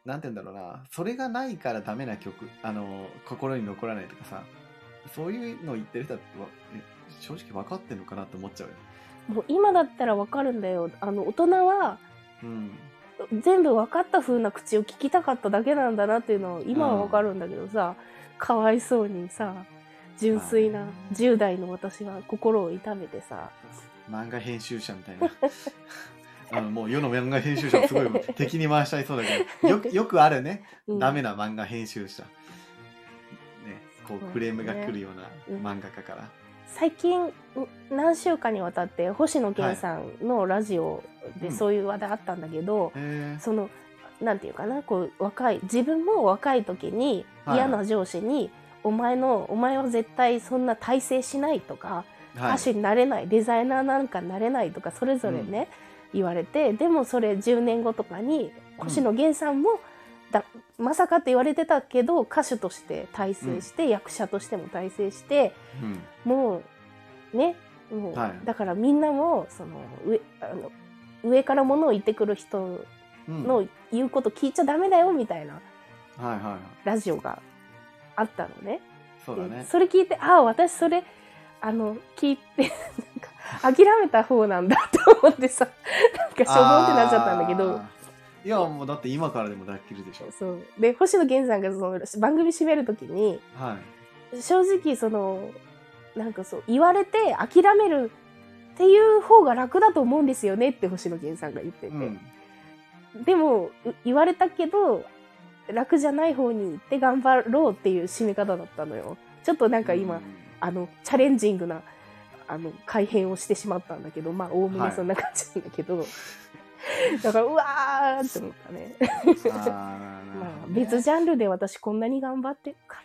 なんて言うんだろうな、それがないからダメな曲、心に残らないとかさ、そういうのを言ってる人は正直分かってんのかなって思っちゃうよ。 もう今だったら分かるんだよ。大人は、全部分かった風な口を聞きたかっただけなんだなっていうのを今は分かるんだけどさ、かわいそうにさ、純粋な10代の私は心を痛めてさ。 漫画編集者みたいな。もう世の漫画編集者をすごい敵に回しちゃいそうだけど、よくあるね、ダメな漫画編集者。ね、こうクレームが来るような漫画家から。 最近何週間にわたって星野源さんのラジオでそういう話題あったんだけど、そのなんていうかな、こう自分も若い時に嫌な上司に、お前は絶対そんな大成しないとか、歌手になれない、デザイナーなんかなれないとかそれぞれね、言われて、でもそれ10年後とかに星野源さんもまさかって言われてたけど歌手として大成して、役者としても大成して、もうね、だからみんなもその上から物を言ってくる人の言うこと聞いちゃダメだよみたいなラジオがあったのね。 そうだね。 それ聞いて、私それ聞いてなんか諦めた方なんだと思ってさ、なんかしょぼんってなっちゃったんだけど。 いやもうだって今からでもできるでしょ。 そうで、星野源さんがその番組締めるときに、正直そのなんかそう言われて諦めるっていう方が楽だと思うんですよねって星野源さんが言ってて、でも言われたけど楽じゃない方に行って頑張ろうっていう締め方だったのよ。ちょっとなんか今、チャレンジングな改変をしてしまったんだけど、まあおおむねそんな感じなんだけど、だからうわーって思ったね。まあ別ジャンルで私こんなに頑張ってるから。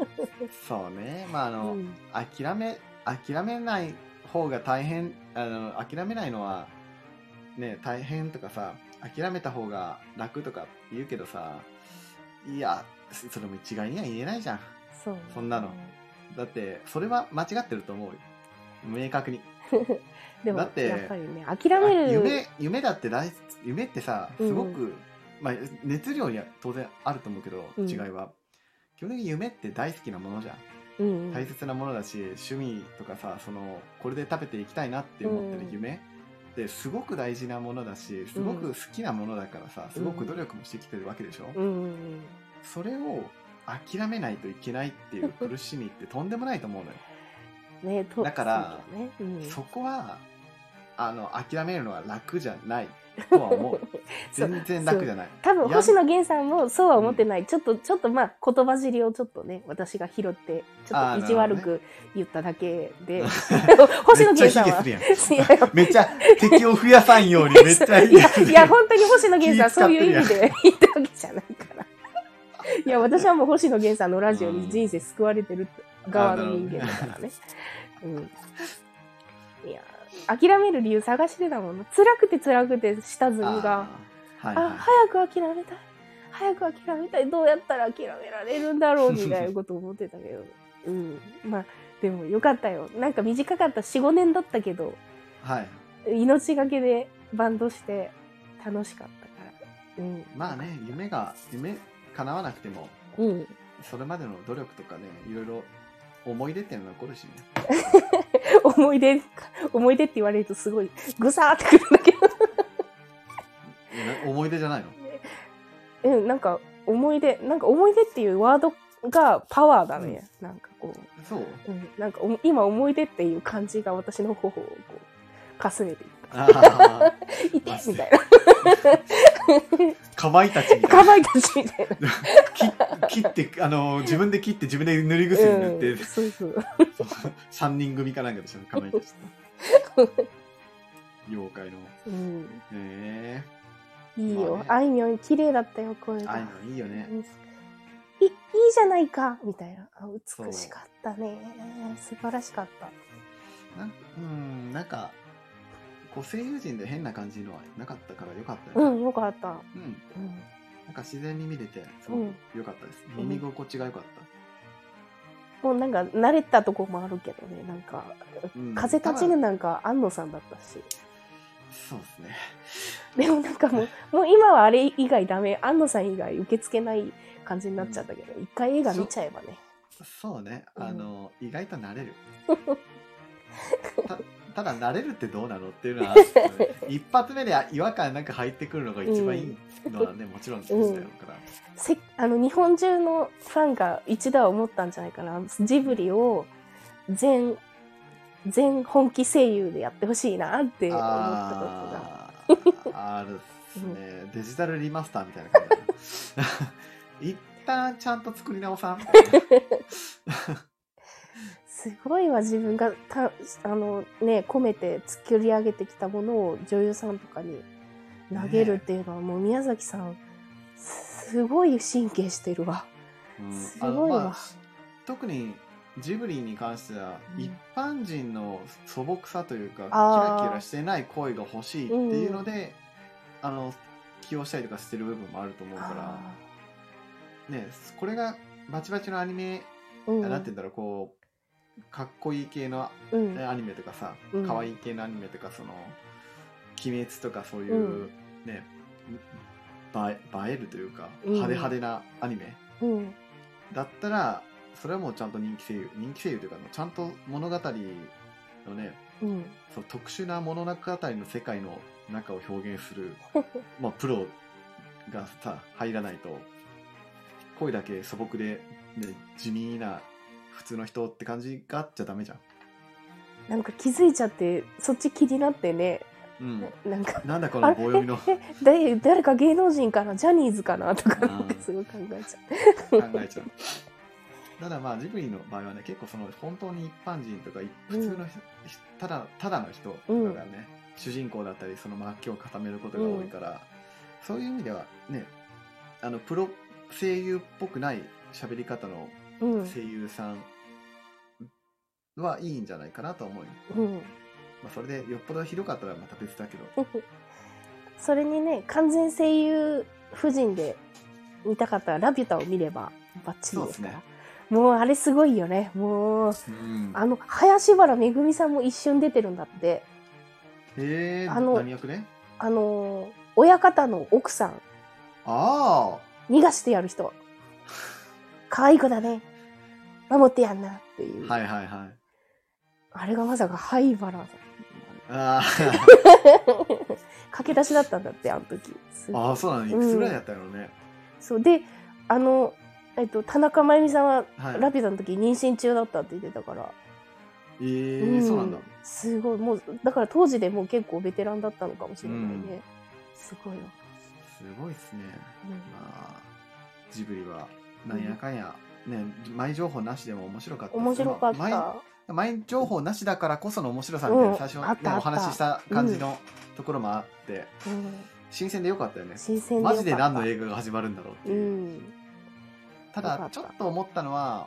そうね。まあ諦めない方が大変、諦めないのはね大変とかさ、諦めた方が楽とか言うけどさ、いやそれも一概には言えないじゃん。そんなの。だってそれは間違ってると思うよ。明確に。 でもだってやっぱりね、諦める夢だって夢ってさ、すごく、まあ熱量には当然あると思うけど、違いは基本的に夢って大好きなものじゃん、大切なものだし、趣味とかさ、これで食べていきたいなって思ってる夢ってすごく大事なものだし、すごく好きなものだからさ、すごく努力もしてきてるわけでしょ、それを諦めないといけないっていう苦しみってとんでもないと思うのよ。だから、そこは諦めるのは楽じゃないとは思う。全然楽じゃない。 多分星野源さんもそうは思ってない。ちょっとまあ言葉尻をちょっとね、私が拾ってちょっと意地悪く言っただけで、星野源さんはめっちゃ敵を増やさんようにめっちゃいや本当に星野源さんそういう意味で言ったわけじゃないから。いや私はもう星野源さんのラジオに人生救われてる側の人間だからね。いや諦める理由探してたもん。辛くて下積みが、早く諦めたい、どうやったら諦められるんだろうみたいなこと思ってたけど、まあでもよかったよ。なんか短かった 4,5 年だったけど、命がけでバンドして楽しかったから、 まあね、夢叶わなくても、それまでの努力とかね、いろいろ思い出っていうのが残るしね。 思い出って言われるとすごいぐさーってくるんだけど。 思い出じゃないの？なんか思い出っていうワードがパワーだね。なんかこう。 そう。 なんか今思い出っていう感じが私の頬をこうかすめていった。いてみたいな。 かまいたちみたいな。 かまいたちみたいな。切って自分で切って自分で塗り薬塗って、 そう 3人組かなんかでしょ、かまいたち妖怪の。 いいよ、あいみょん綺麗だったよ、声が。 あいみょんいいよね。 いいじゃないかみたいな。美しかったね。素晴らしかった。 なんか声優陣で変な感じのはなかったからよかったよね。 よかった。 なんか自然に見れてすごくよかったです。耳心地がよかった。 もうなんか慣れたとこもあるけどね、なんか風立ちぬなんか安野さんだったし。 そうですね。 でもなんかもう今はあれ以外ダメ、安野さん以外受け付けない感じになっちゃったけど、一回映画見ちゃえばね。 そうね、意外と慣れる。ただ慣れるってどうなのっていうのは、一発目で違和感なんか入ってくるのが一番いいのはね、もちろんそうだよから。 日本中のファンが一度は思ったんじゃないかな。ジブリを全本気声優でやってほしいなって思ったことがあるですね。デジタルリマスターみたいな感じだ一旦ちゃんと作り直さんみたいな。 すごいわ、自分が込めて作り上げてきたものを女優さんとかに投げるっていうのは、もう宮崎さんすごい神経してるわ。すごいわ。 特にジブリに関しては、一般人の素朴さというか、キラキラしてない声が欲しいっていうので、起用したりとかしてる部分もあると思うからね、これがバチバチのアニメ、なんて言うんだろう、こうかっこいい系のアニメとかさ、可愛い系のアニメとか、その鬼滅とかそういうね、映えるというか派手派手なアニメだったら、それはもうちゃんと人気声優というか、ちゃんと物語のね、その特殊な物語の世界の中を表現するまあプロがさ入らないと、声だけ素朴で、ね、地味な普通の人って感じがあっちゃダメじゃん。 なんか気づいちゃってそっち気になってね。 なんだこの棒読みの誰か芸能人かな、ジャニーズかなとかってすごい考えちゃう。 ただまあジブリの場合はね、結構その本当に一般人とか普通のただの人とかがね、主人公だったりその末期を固めることが多いから、そういう意味ではね、プロ声優っぽくない喋り方の声優さんはいいんじゃないかなと思うよ。まあ、それでよっぽどひどかったらまた別だけどそれにね、完全声優夫人で見たかったらラピュタを見ればバッチリですから。もうあれすごいよね。もう、林原めぐみさんも一瞬出てるんだって。 何役ね？ 親方の奥さん。 逃がしてやる人。可愛い子だね。守ってやんなっていう。 はいはいはい。 あれがまさか灰原さん。駆け出しだったんだって、あの時。 そうなの？いくつぐらいだったのね。 そうで、田中真由美さんはラピュタの時妊娠中だったって言ってたから。 そうなんだ。 すごい。もうだから当時でもう結構ベテランだったのかもしれないね。すごいわ。 すごいっすね。まあジブリはなんやかんやね、前情報なしでも面白かった。 面白かった。 前情報なしだからこその面白さみたいな、最初ねお話しした感じのところもあって、新鮮でよかったよね。マジで何の映画が始まるんだろうっていう。ただちょっと思ったのは、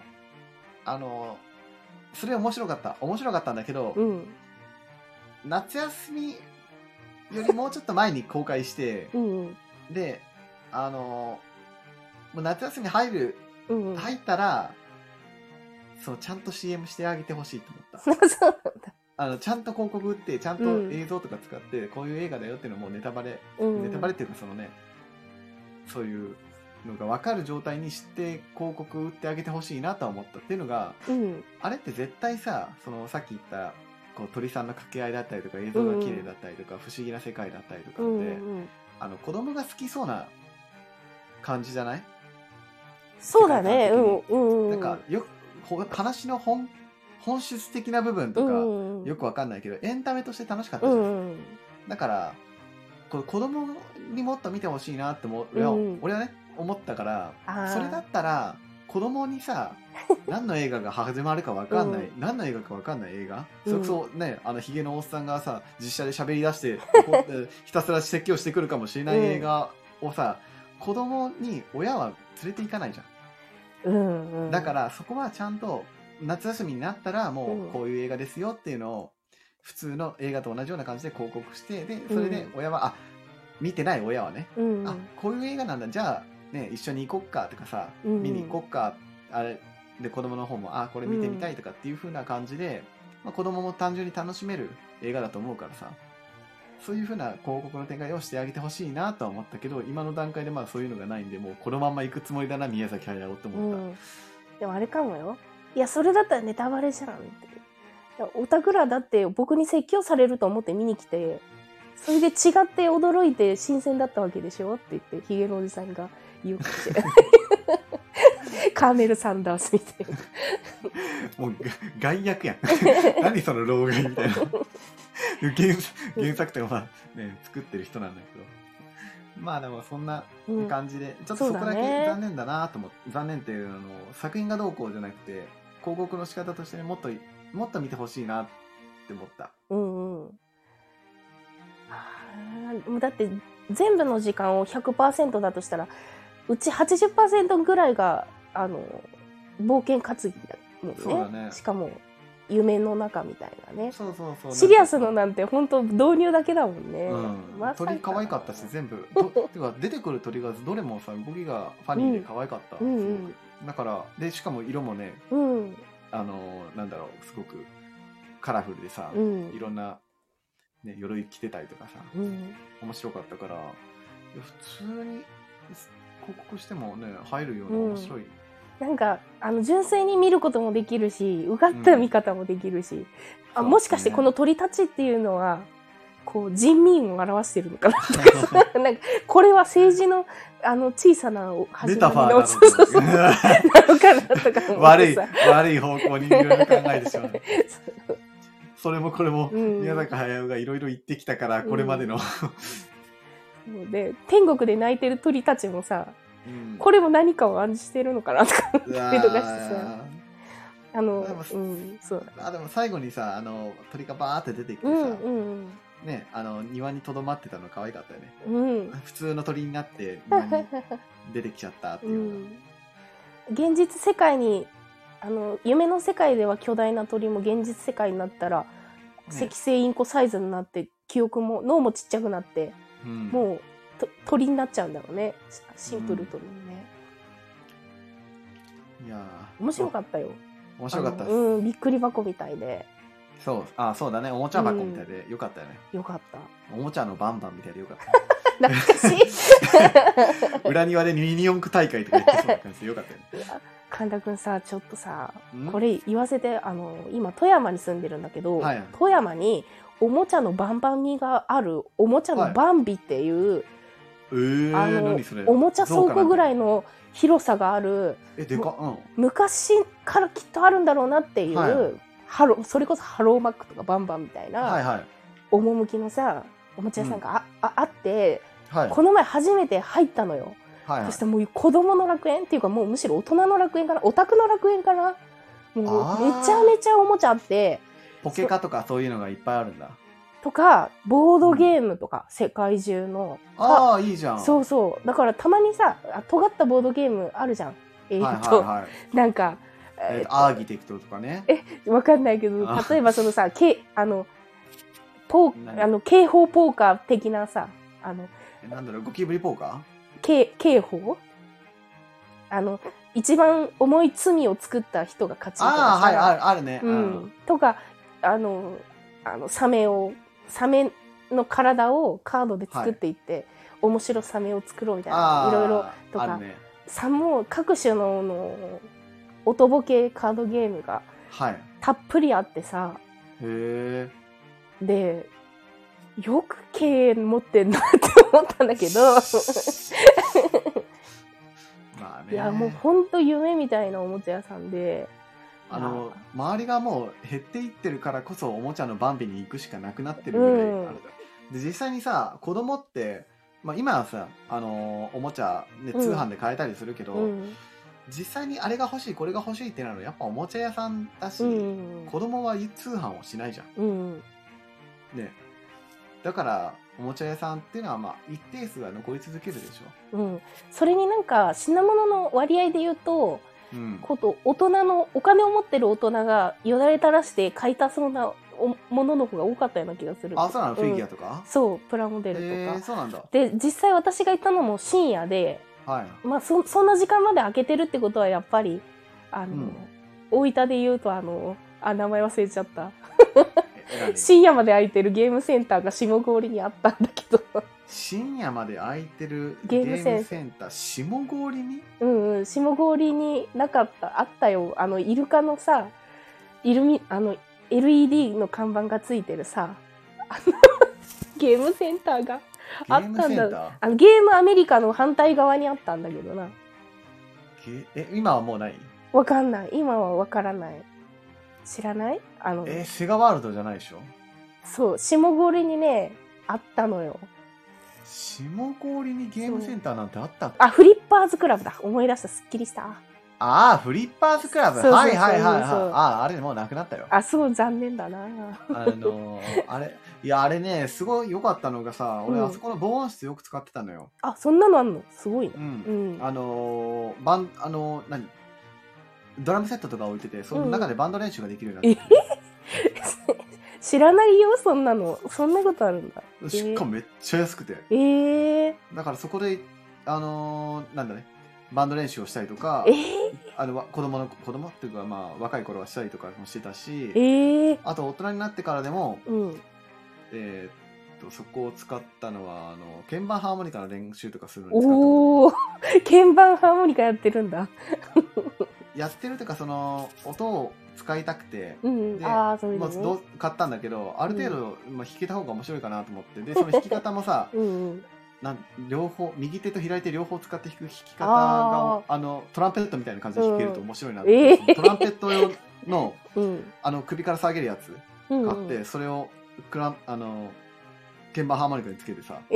それ面白かったんだけど、夏休みよりもうちょっと前に公開してでもう夏休み入ったらちゃんと CM してあげてほしいと思ったちゃんと広告打ってちゃんと映像とか使って、こういう映画だよっていうのもネタバレっていうか、そういうのが分かる状態にして広告打ってあげてほしいなと思ったっていうのが、あれって絶対さ、さっき言ったこう鳥さんの掛け合いだったりとか映像が綺麗だったりとか、不思議な世界だったりとかって、子供が好きそうな感じじゃない？ そうだね。 なんか話の本質的な部分とか、よくわかんないけどエンタメとして楽しかったじゃん。だから子供にもっと見てほしいなって俺はね思ったから、それだったら子供にさ何の映画が始まるかわかんない、何の映画かわかんない映画、それこそねヒゲのおっさんがさ実写で喋り出してひたすら説教してくるかもしれない映画をさ、子供に親は連れて行かないじゃん。だからそこはちゃんと夏休みになったらもうこういう映画ですよっていうのを普通の映画と同じような感じで広告して、でそれで親は見てない親はね、こういう映画なんだ、じゃあね一緒に行こっかとかさ、見に行こっか、あれで子供の方もこれ見てみたいとかっていう風な感じで、子供も単純に楽しめる映画だと思うからさ。 そういうふうな広告の展開をしてあげてほしいなとは思ったけど、今の段階でまだそういうのがないんで、もうこのまんま行くつもりだな宮崎駿って思った、 でもあれかもよ。いやそれだったらネタバレじゃんって。オタクらだって僕に説教されると思って見に来て、それで違って驚いて新鮮だったわけでしょって言ってヒゲのおじさんが言うかもしれないカーメル・サンダースみたいなもう害悪やん何その老害みたいな原作とかはね作ってる人なんだけど、まあでもそんな感じで、ちょっとそこだけ残念だなと思って、残念っていうの作品がどうこうじゃなくて広告の仕方としてもっと見てほしいなって思った。 だって全部の時間を 100% だとしたらうち 80% ぐらいが冒険担ぎだもんそうだね。 しかも夢の中みたいなね。 そうシリアスのなんて本当導入だけだもんね、 鳥可愛かったし全部てか出てくる鳥がどれもさ動きがファニーで可愛かった、すごくだからでしかも色もね、なんだろうすごくカラフルでさ、いろんな、ね、鎧着てたりとかさ、面白かったから普通に広告してもね入るような面白い、 なんか純粋に見ることもできるしうがった見方もできるし、もしかしてこの鳥たちっていうのはこう人民を表してるのかなとかなんかこれは政治の小さな始まりのなのかなとか悪い方向にいろいろ考えてしまうそれもこれも宮崎駿がいろいろ言ってきたからこれまでの、 で天国で泣いてる鳥たちもさ、これも何かを暗示してるのかなとか思ったりとかしてさでも最後にさ鳥がバーって出てきてさ、ね、庭にとどまってたの可愛かったよね、普通の鳥になって庭に出てきちゃったっていう現実世界に夢の世界では巨大な鳥も現実世界になったら、赤星インコサイズになって記憶も脳もちっちゃくなって、もう鳥になっちゃうんだろうね、シンプルとね、 いや面白かったよ。 面白かったです。 びっくり箱みたいで。 そうだね、おもちゃ箱みたいでよかったよね。 よかった。 おもちゃのバンバンみたいでよかった。 懐かしい。 裏庭でミニ四駆大会とかやってそうな感じでよかったよね。 神田くんさ、ちょっとさ、これ言わせて、今富山に住んでるんだけど、富山におもちゃのバンバンミがあるおもちゃのバンビっていう、 何それ、 おもちゃ倉庫ぐらいの広さがある、 でか、 昔からきっとあるんだろうなっていう、それこそハローマックとかバンバンみたいな趣のさおもちゃ屋さんが あって、この前初めて入ったのよ。そしてもう子供の楽園っていうかもうむしろ大人の楽園かな、オタクの楽園かな、もうめちゃめちゃおもちゃあって、 ポケカとかそういうのがいっぱいあるんだとかボードゲームとか、世界中のいいじゃん。 そうだからたまにさ尖ったボードゲームあるじゃん。なんかアーギテクトとかね。 わかんないけど、例えばそのさ、警報ポーカー的なさ、 なんだろう、ゴキブリポーカー？刑法？一番重い罪を作った人が勝ちとかさ、 あるね。 とか、サメの体をカードで作っていって、面白サメを作ろうみたいな、いろいろとか、も各種の音ボケカードゲームがたっぷりあってさ、でよく経営持ってんなって思ったんだけどいやもうほんと夢みたいなおもちゃ屋さんで、 周りがもう減っていってるからこそおもちゃのバンビに行くしかなくなってるぐらいある、で実際にさ子供って、今はさおもちゃ、ね、通販で買えたりするけど、実際にあれが欲しいこれが欲しいってなるのやっぱおもちゃ屋さんだし、子供は通販をしないじゃん、ね、だからおもちゃ屋さんっていうのは一定数は残り続けるでしょ、 それになんか品物の割合で言うと、大人のお金を持ってる大人がよだれ垂らして買いたそうなものの方が多かったような気がする。 そうなの、フィギュアとか？ そう、プラモデルとか。 そうなんだ。 で実際私が行ったのも深夜で、そんな時間まで開けてるってことはやっぱり大分で言うと名前忘れちゃった深夜まで開いてるゲームセンターが下郡にあったんだけど深夜まで開いてるゲームセンター下郡に下郡になかったあったよ。イルカのさLED の看板がついてるさゲームセンターがあったんだ。ゲームアメリカの反対側にあったんだけどな。 今はもうない？ わかんない。今はわからない。知らない？ セガワールドじゃないでしょ？ そう、下郡にね、あったのよ。 下郡にゲームセンターなんてあったっけ？ フリッパーズクラブだ。思い出した。すっきりした。 フリッパーズクラブ。はいはいはいはい。あれもうなくなったよ。 そう、残念だな。 あれね、すごい良かったのがさ、俺あそこの防音室よく使ってたのよ。 そんなのあんの？すごいね。 何？ドラムセットとか置いてて、その中でバンド練習ができるようになってて。 知らないよ、そんなの。そんなことあるんだ。 しかもめっちゃ安くて。だからそこで、なんだね、バンド練習をしたりとか、子供っていうか、まあ、若い頃はしたりとかもしてたし、あと大人になってからでも、そこを使ったのは、鍵盤ハーモニカの練習とかするのに使った。 鍵盤ハーモニカやってるんだ。 やってるというか、その、音を使いたくて、買ったんだけど、ある程度、弾けた方が面白いかなと思って、で、その弾き方もさ、両方、右手と左手両方使って弾く弾き方が、トランペットみたいな感じで弾けると面白いなと思って、トランペット用の、首から下げるやつ買って、それを、鍵盤ハーモニカにつけてさ、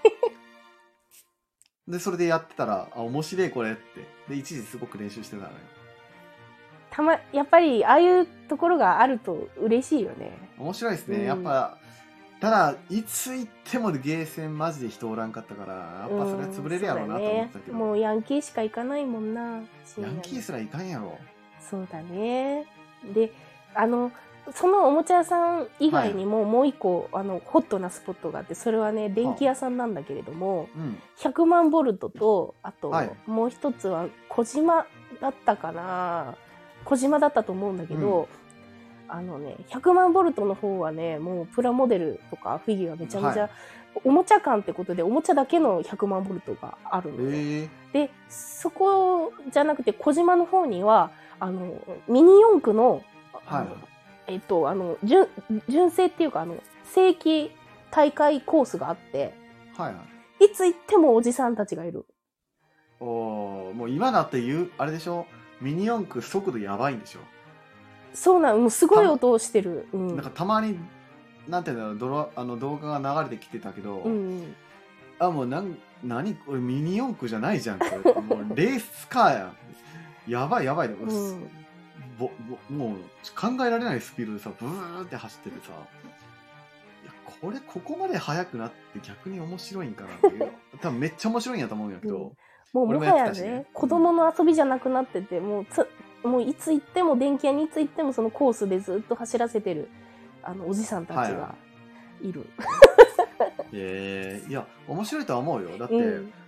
で、それでやってたら、面白いこれって。で、一時すごく練習してたのよ。 やっぱり、ああいうところがあると嬉しいよね。 面白いですね。やっぱ、ただ、いつ行ってもゲーセンマジで人おらんかったから、やっぱそれは潰れるやろうなと思ったけど。 もうヤンキーしか行かないもんな。 ヤンキーすら行かんやろ。 そうだね。で、そのおもちゃ屋さん以外にももう一個、ホットなスポットがあって、それはね、電気屋さんなんだけれども、100万ボルトと、あと、もう一つは小島だったかな。小島だったと思うんだけど、100万ボルトの方はね、もうプラモデルとかフィギュアめちゃめちゃ、おもちゃ館ってことで、おもちゃだけの100万ボルトがあるのよ。で、そこじゃなくて小島の方には、ミニ四駆の、純正っていうか、正規大会コースがあって、いつ行ってもおじさんたちがいる。 もう今だってあれでしょ、ミニ四駆速度やばいんでしょ。 そうもうすごい音をしてる。 なんかたまに、なんていうんだろう、動画が流れてきてたけど、もう何これミニ四駆じゃないじゃん、これ。もうレースカーやん。やばいやばいで、もう考えられないスピードでさ、ブーって走っててさ、いや、ここまで速くなって逆に面白いんかなっていう。多分めっちゃ面白いんやと思うんやけど。 もうもはやね、子供の遊びじゃなくなってて、もういつ行っても、電気屋にいつ行ってもそのコースでずっと走らせてる、あおじさんたちがいる。 いや、面白いとは思うよ。だって、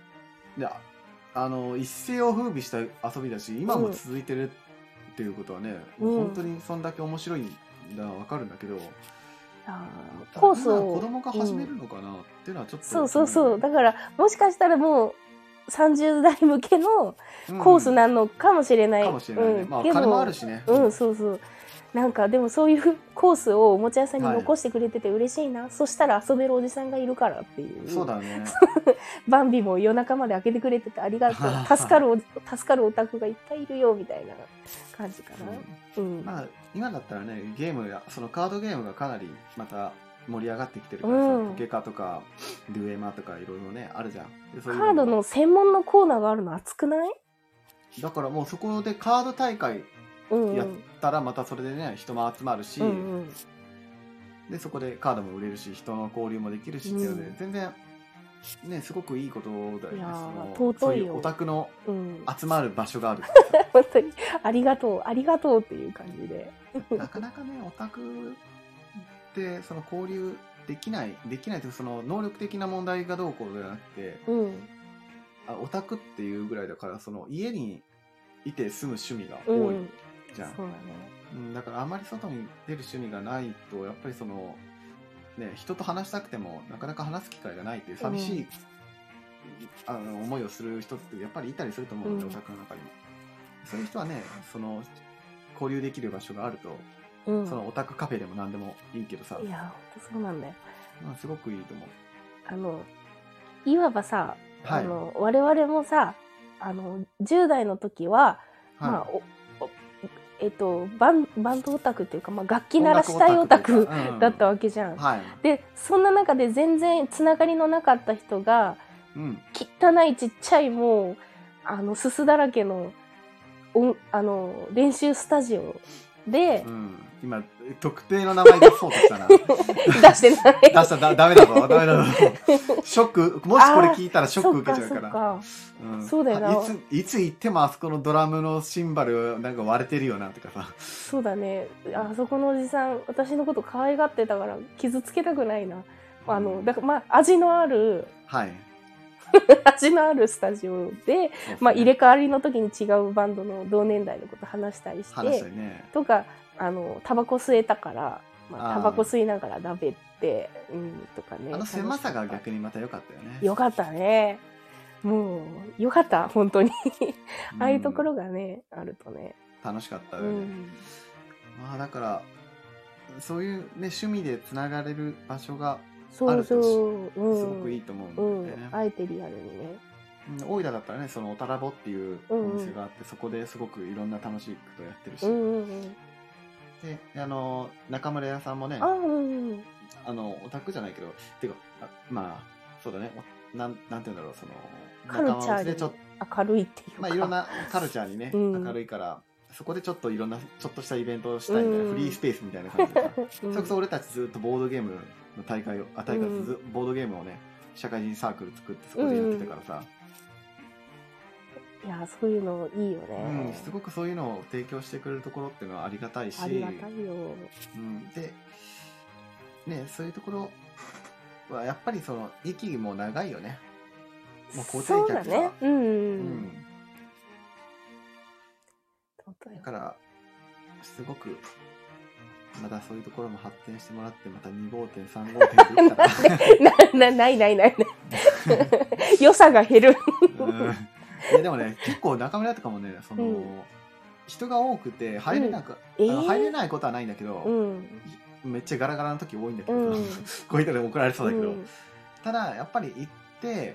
一世を風靡した遊びだし、今も続いてるっていうことはね、本当にそんだけ面白いんだわかるんだけど、 コースを子供が始めるのかなっていうのはちょっと、 そうだからもしかしたらもう30代向けのコースなのかもしれない。 かもしれないね。まあ金もあるしね。 そうなんかでもそういうコースをおもちゃ屋さんに残してくれてて嬉しいな。そしたら遊べるおじさんがいるからっていう。 そうだね。 バンビも夜中まで開けてくれててありがとう。助かるオタクがいっぱいいるよみたいな感じかな。 まあ今だったらね、ゲームやそのカードゲームがかなりまた盛り上がってきてるからさ、ポケカとかデュエマとかいろいろねあるじゃん。 カードの専門のコーナーがあるの熱くない？ だからもうそこでカード大会やったらまたそれでね、人も集まるし、でそこでカードも売れるし、人の交流もできるしっていうので、全然ね、すごごくいいことだよね。 そういうオタクの集まる場所がある。 本当にありがとうっていう感じで。 なかなかね、オタクってその交流できないというその能力的な問題がどうこうではなくて、オタクっていうぐらいだから、その家にいて住む趣味が多いじゃん。 だからあまり外に出る趣味がないとやっぱりそのね、人と話したくてもなかなか話す機会がないっていう寂しい、思いをする人ってやっぱりいたりすると思うので、オタクの中にも。そういう人はね、その交流できる場所があると、そのオタクカフェでも何でもいいけどさ。 いや本当そうなんだよ。 すごくいいと思う。 いわばさ、我々もさ、10代の時は、まあバンドオタクっていうか、まあ、楽器鳴らしたいオタクだったわけじゃん。でそんな中で全然つながりのなかった人が、汚いちっちゃいもうすすだらけの練習スタジオで、 今特定の名前出そうとしたな。出してない。 出したらダメだぞ、ダメだぞ。ショック、もしこれ聞いたらショック受けちゃうから。 そうだよな。 いつ行ってもあそこのドラムのシンバルなんか割れてるよなとかさ。 そうだね。あそこのおじさん私のこと可愛がってたから傷つけたくないな。だからまあ味のある。味のあるスタジオで、まあ、入れ替わりの時に違うバンドの同年代のこと話したりして、とかタバコ吸えたから、まあ、タバコ吸いながら食べて、とかね。 狭さが逆にまた良かったよね。 良かったね。もう良かった本当にああいうところがねあるとね楽しかったよね。まあだからそういうね趣味でつながれる場所があるとすごくいいと思うんだよね。 あえてリアルにね。 大分だったらね、そのおたらぼっていうお店があって、そこですごくいろんな楽しいことやってるし、で中村屋さんもね、オタクじゃないけど、っていうかまあそうだね、なんていうんだろう、そのカルチャーに明るいっていうか、 まあいろんなカルチャーにね、明るいから。そこでちょっといろんなちょっとしたイベントをしたいみたいな、フリースペースみたいな感じでさ、それこそ俺たちずっとボードゲームの大会ボードゲームをね社会人サークル作ってそこでやってたからさ、 いやそういうのいいよね、 すごくそういうのを提供してくれるところっていうのはありがたいし、 ありがたいよ、 でね、そういうところはやっぱりその息も長いよね。もう固定客がだからすごくまたそういうところも発展してもらってまた2号店3号店できたらない良さが減るでもね結構中村とかもねその、人が多くて入れないことはないんだけど、めっちゃガラガラの時多いんだけど、こういう人で怒られそうだけど、ただやっぱり行って、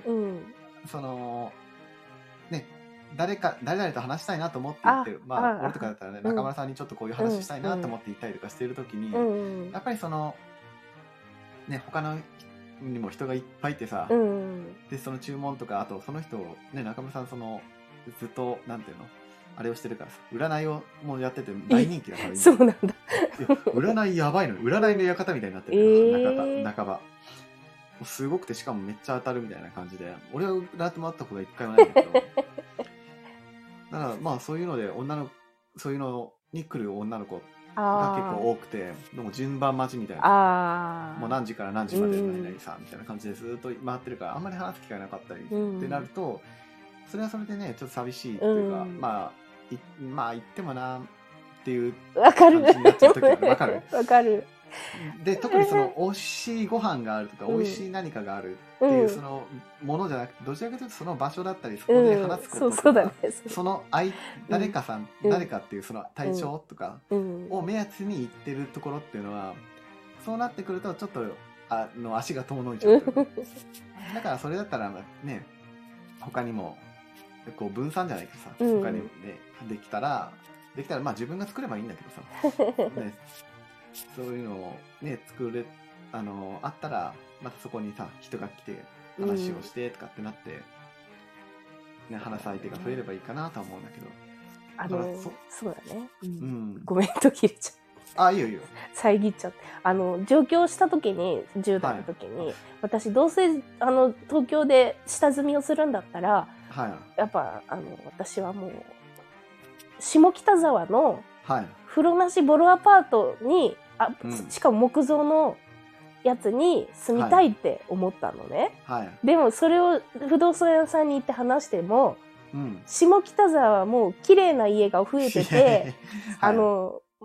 そのね誰々と話したいなと思って言ってる、まあ俺とかだったらね、中村さんにちょっとこういう話したいなと思って言ったりとかしてる時に、やっぱりそのね他のにも人がいっぱいいてさ、でその注文とかあとその人ね中村さんそのずっとなんていうのあれをしてるからさ、占いをもうやってて大人気だからそうなんだ。 占いやばいの、占いの館みたいになってる、半ばすごくて、しかもめっちゃ当たるみたいな感じで、俺は占ってもらったことが一回もないんだけどだからまあそういうのでそういうのに来る女の子が結構多くて、でも順番待ちみたいな、もう何時から何時まで何々さんみたいな感じでずっと回ってるからあんまり話す機会なかったりってなると、それはそれでねちょっと寂しいっていうか、まあ言ってもなっていう感じになっちゃう時はわかる。 わかる。 で特にその美味しいご飯があるとか、美味しい何かがあるっていうそのものじゃなくて、どちらかというとその場所だったりそこで話すこととか、その誰かさん、誰かっていうその対象とかを目安に行ってるところっていうのは、そうなってくるとちょっと足が遠のいちゃう。だからそれだったらね他にもこう分散じゃないけどさ、他にねできたらまあ自分が作ればいいんだけどさ、ね、そういうのをねあったらまたそこにさ人が来て話をしてとかってなって、ね、話す相手が増えればいいかなとは思うんだけど、 そうだね、ごめんと切れちゃう。 いいよいいよ。 遮っちゃって上京した時に10代の時に、私どうせ東京で下積みをするんだったら、やっぱ私はもう下北沢の風呂なしボロアパートにしかも木造のやつに住みたいって思ったのね、でもそれを不動産屋さんに行って話しても、下北沢はもう綺麗な家が増えてて、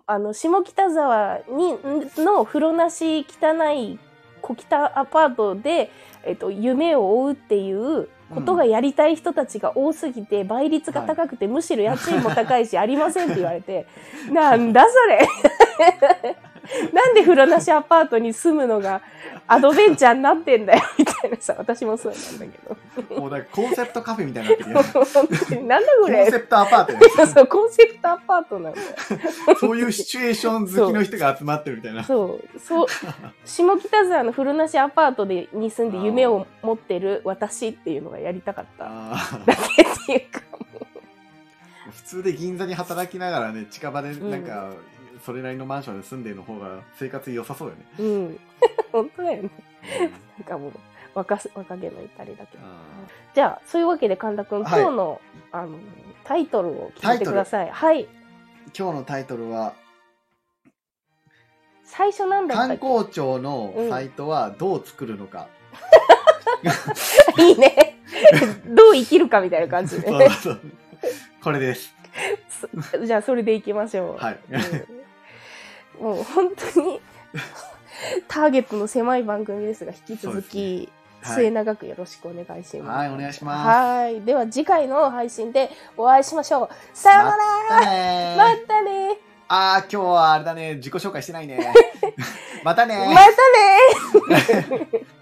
下北沢の風呂なし汚い小汚アパートで、夢を追うっていうことがやりたい人たちが多すぎて、倍率が高くて、むしろ家賃も高いし、ありませんって言われて、なんだそれなんで風呂なしアパートに住むのがアドベンチャーになってんだよみたいなさ、私もそうなんだけど。もうだからコンセプトカフェみたいになってるよ。 なんだこれ。 コンセプトアパート、ね、 そう、コンセプトアパートなんだよ。 そういうシチュエーション好きの人が集まってるみたいな。 そう。下北沢の風呂なしアパートに住んで夢を持ってる私っていうのがやりたかっただけっていうかもう。 普通で銀座に働きながらね、近場でなんか、それなりのマンションで住んでるの方が生活良さそうよね。 うん。本当だよね。なんかもう若気の至りだけど。じゃあ、そういうわけで神田くん、今日の、タイトルを聞いてください。はい。 今日のタイトルは、 最初なんだったっけ？ 観光庁のサイトはどう作るのか。 いいね。どう生きるかみたいな感じで。 そうこれです。 じゃあ、それでいきましょう。 はい。 もう本当にターゲットの狭い番組ですが、引き続き末永くよろしくお願いします。 はい、お願いします。 はい。では次回の配信でお会いしましょう。さよなら。 またね。 またね。 今日はあれだね、自己紹介してないね。またね。 またね。